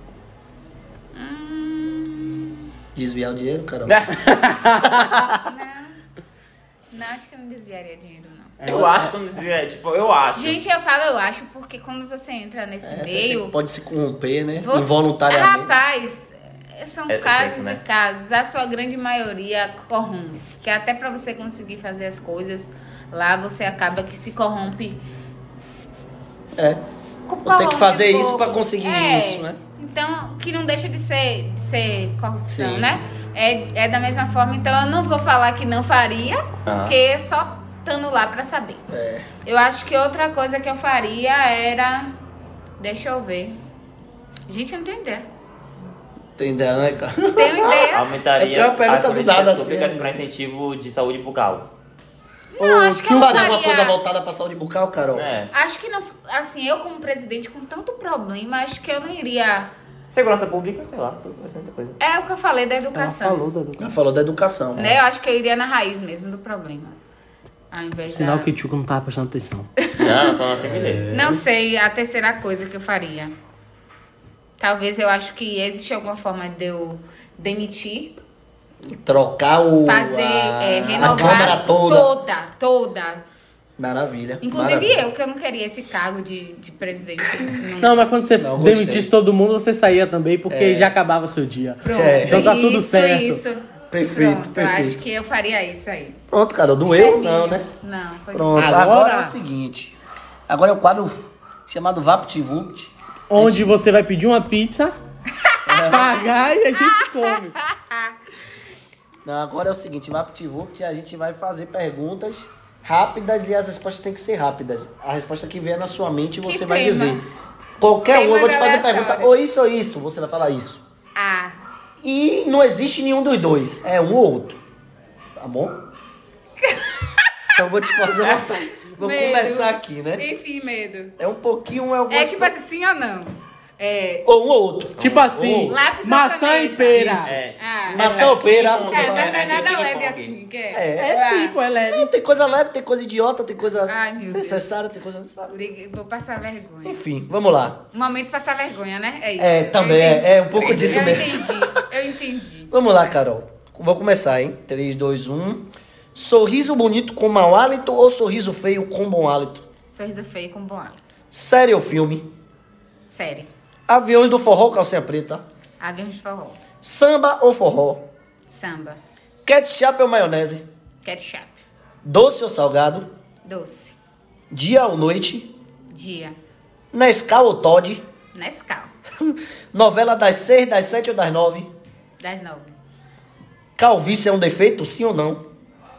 Hum, Desviar o dinheiro, Carol. Né? não, acho que eu não desviaria dinheiro, não. Eu acho que eu não desvia, tipo, eu acho. Gente, eu falo eu acho, porque quando você entra nesse É, você meio... pode se corromper, né? Você- Involuntariamente. Rapaz, são É, eu casos penso, né? e casos. A sua grande maioria corrompe. Que até pra você conseguir fazer as coisas lá, você acaba que se corrompe. É. co- Vou ter que corrompe fazer um isso pouco. pra conseguir É, isso, né? Então, que não deixa de ser, de ser corrupção, Sim. né? É, é da mesma forma. Então, eu não vou falar que não faria, Ah. porque só estando lá pra saber. É. Eu acho que outra coisa que eu faria era... Deixa eu ver. Gente, eu não tenho ideia. Entendeu, né, cara? Não tenho ideia. Aumentaria É que é uma pergunta as do políticas nada, assim, públicas né? para incentivo de saúde bucal. Não, acho que eu Faria faria... alguma coisa voltada pra saúde bucal, Carol? Né? Acho que não... Assim, eu como presidente com tanto problema, acho que eu não iria... Segurança pública, sei lá, tudo vai ser muita coisa. É o que eu falei da Ela educação. falou da educação. Ela falou da educação. Né? Eu acho que eu iria na raiz mesmo do problema. Ao invés Sinal da... que o Tchuco não tava prestando atenção. Não, só não sei me ler. Não sei a terceira coisa que eu faria. Talvez eu acho que existe alguma forma de eu demitir, Trocar o. fazer, a, é, a renovar Câmara toda. toda, toda. Maravilha. Inclusive maravilha. eu, que eu não queria esse cargo de, de presidente. Não. Não, mas quando você Não, gostei. demitisse todo mundo, você saía também, porque já acabava seu dia. Pronto, É. Então tá tudo isso, certo. Isso. Perfeito, Pronto, perfeito. Eu acho que eu faria isso aí. Pronto, Carol. Doeu? Extermínio. Não, né? Não, foi Pronto. Agora- Agora... é o seguinte. Agora é o quadro chamado VaptVupt. Onde você vai pedir uma pizza pagar e a gente come. Não, agora é o seguinte, vai pro Tivupt, a gente vai fazer perguntas rápidas e as respostas têm que ser rápidas. A resposta que vier na sua mente você Que vai tema? dizer. Qualquer um, Tema eu vou te fazer aleatório. pergunta, ou isso ou isso, você vai falar isso. Ah, E não existe nenhum dos dois, é um ou outro. Tá bom? Então eu vou te fazer uma pergunta. Vou medo. começar aqui, né? Enfim, medo. É um pouquinho, é É algumas tipo assim, sim ou não? É. Ou um ou outro. Tipo assim, Lápis ou maçã caneta? e pera. É. Ah, Maçã ou pera. É, você é, fala. mas não é nada Ping-pong. leve assim, que é? É, É sim, pô, é leve. Não, tem coisa leve, tem coisa idiota, tem coisa Ai, meu Deus. necessária, tem coisa... sabe? Liga- Vou passar vergonha. Enfim, vamos lá. Momento de passar vergonha, né? É isso. É, também, Eu entendi. é, é um pouco disso eu mesmo. entendi, eu entendi. Vamos lá, Carol. Vou começar, hein? três, dois, um. Sorriso bonito com mau hálito ou sorriso feio com bom hálito? Sorriso feio com bom hálito. Série ou filme? Sério. Aviões do forró, calcinha preta? Aviões de forró. Samba ou forró? Samba. Ketchup ou maionese? Ketchup. Doce ou salgado? Doce. Dia ou noite? Dia. Nescau ou Toddy? Nescau. Novela das seis, das sete ou das nove? Das nove. Calvície é um defeito, sim ou não?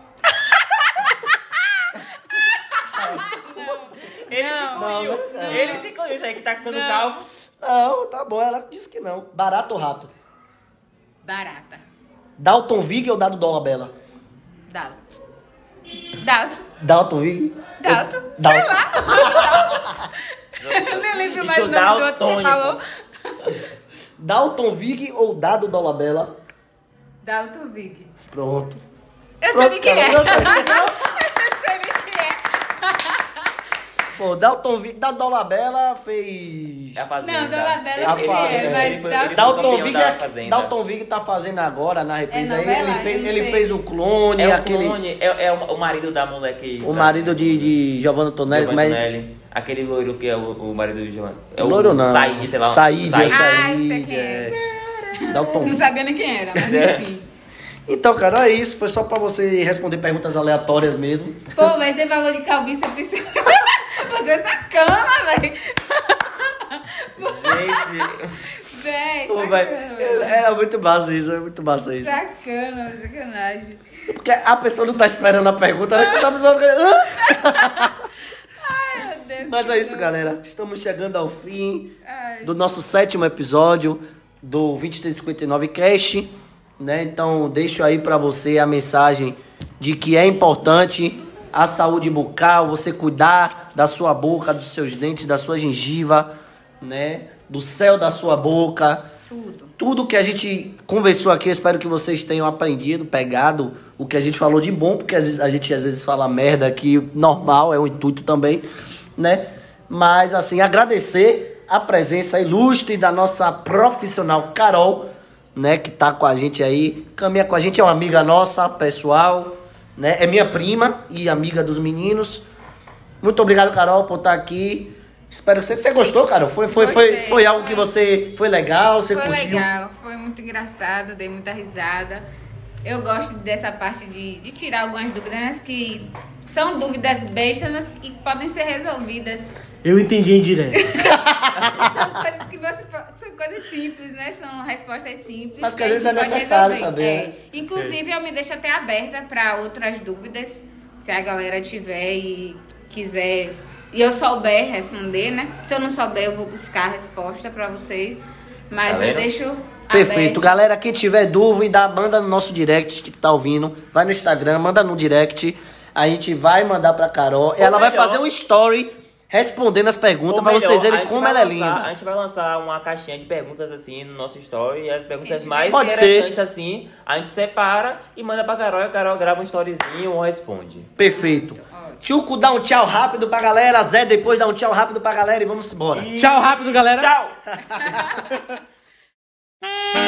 Ele Não. se incluiu. Não, Ele se incluiu, isso aí que tá ficando Não. calvo. Não, tá bom, ela disse que não. Barato ou rato? Barata. Dalton Vig ou Dado Dolabella? Dalto. Dalto. Dalton Vig? Dalto. Dalton. Sei lá. Eu nem lembro mais o nome do outro que você falou. Dalton Vig ou Dado Dolabella? Dalto Vig. Pronto. Eu sei nem quem é. Pronto, Eu Carol. sei nem quem é. Pô, Dalton Vig, Dado Dolabella fez... É a Fazenda. Não, Dolabella Ele eu fez- sei quem é, ele mas foi- Dalton- ele foi Dalton campeão Vig, da é, Fazenda. Dalton Vig tá fazendo agora na reprise É aí. novela? Ele fez, Eu não ele sei. fez o clone, É o aquele... clone, é, é o, o marido da moleque. O marido de, de Giovanna Tonelli, Giovanni mas... Tonelli. Aquele loiro que é o, o marido de Giovanni. É Loiro não. Said, sei lá. Said, é Said. Ah, eu sei Said, quem é. é. Dalton Não Vig. sabia nem quem era, mas É. enfim. Então, cara, é isso. Foi só pra você responder perguntas aleatórias mesmo. Pô, mas esse valor de calvície eu preciso. Você é sacana, velho. Gente. Véi, Pô, sacana. velho, era muito massa isso, é muito massa isso. Sacana, sacanagem. Porque a pessoa não tá esperando a pergunta, né? Que tá pensando... Hã? Ai, meu Deus. Mas é isso, galera. Estamos chegando ao fim Ai. do nosso sétimo episódio do vinte e três cinquenta e nove Cast, né? Então, deixo aí pra você a mensagem de que é importante a saúde bucal, você cuidar da sua boca, dos seus dentes, da sua gengiva, né? Do céu da sua boca. Tudo. Tudo que a gente conversou aqui, eu espero que vocês tenham aprendido, pegado o que a gente falou de bom, porque às vezes- a gente às vezes fala merda aqui, normal, é o intuito também, né? Mas, assim, agradecer a presença ilustre da nossa profissional Carol, né? Que tá com a gente aí, caminha com a gente, é uma amiga nossa, pessoal, né? É minha prima e amiga dos meninos. Muito obrigado, Carol, por estar aqui. Espero que você, você gostou, cara. Foi, foi, foi, Gostei, foi algo foi. que você... Foi legal, você Foi curtiu? legal, foi muito engraçado, dei muita risada. Eu gosto dessa parte de, de tirar algumas dúvidas, né, que são dúvidas bestas, mas que podem ser resolvidas. Eu entendi em direto. São coisas que você po- são coisas simples, né? São respostas simples. Mas que a às vezes gente é pode necessário resolver. saber, É. né? Inclusive, eu me deixo até aberta para outras dúvidas, se a galera tiver e quiser e eu souber responder, né? Se eu não souber, eu vou buscar a resposta para vocês. Mas Tá eu vendo? deixo Perfeito. aberto. Galera, quem tiver dúvida, manda no nosso direct que tá ouvindo. Vai no Instagram, manda no direct. A gente vai mandar pra Carol. Ela vai melhor- fazer um story respondendo as perguntas Ou pra melhor, vocês a verem gente como vai ela é lançar- linda. A gente vai lançar uma caixinha de perguntas assim no nosso story. E as perguntas Quem mais tiver. Pode interessantes assim, a gente separa e manda pra Carol. E a Carol grava um storyzinho ou responde. Perfeito. Ótimo. Tchuco, dá um tchau rápido pra galera. Zé, depois dá um tchau rápido pra galera e vamos embora. E- Tchau rápido, galera. Tchau!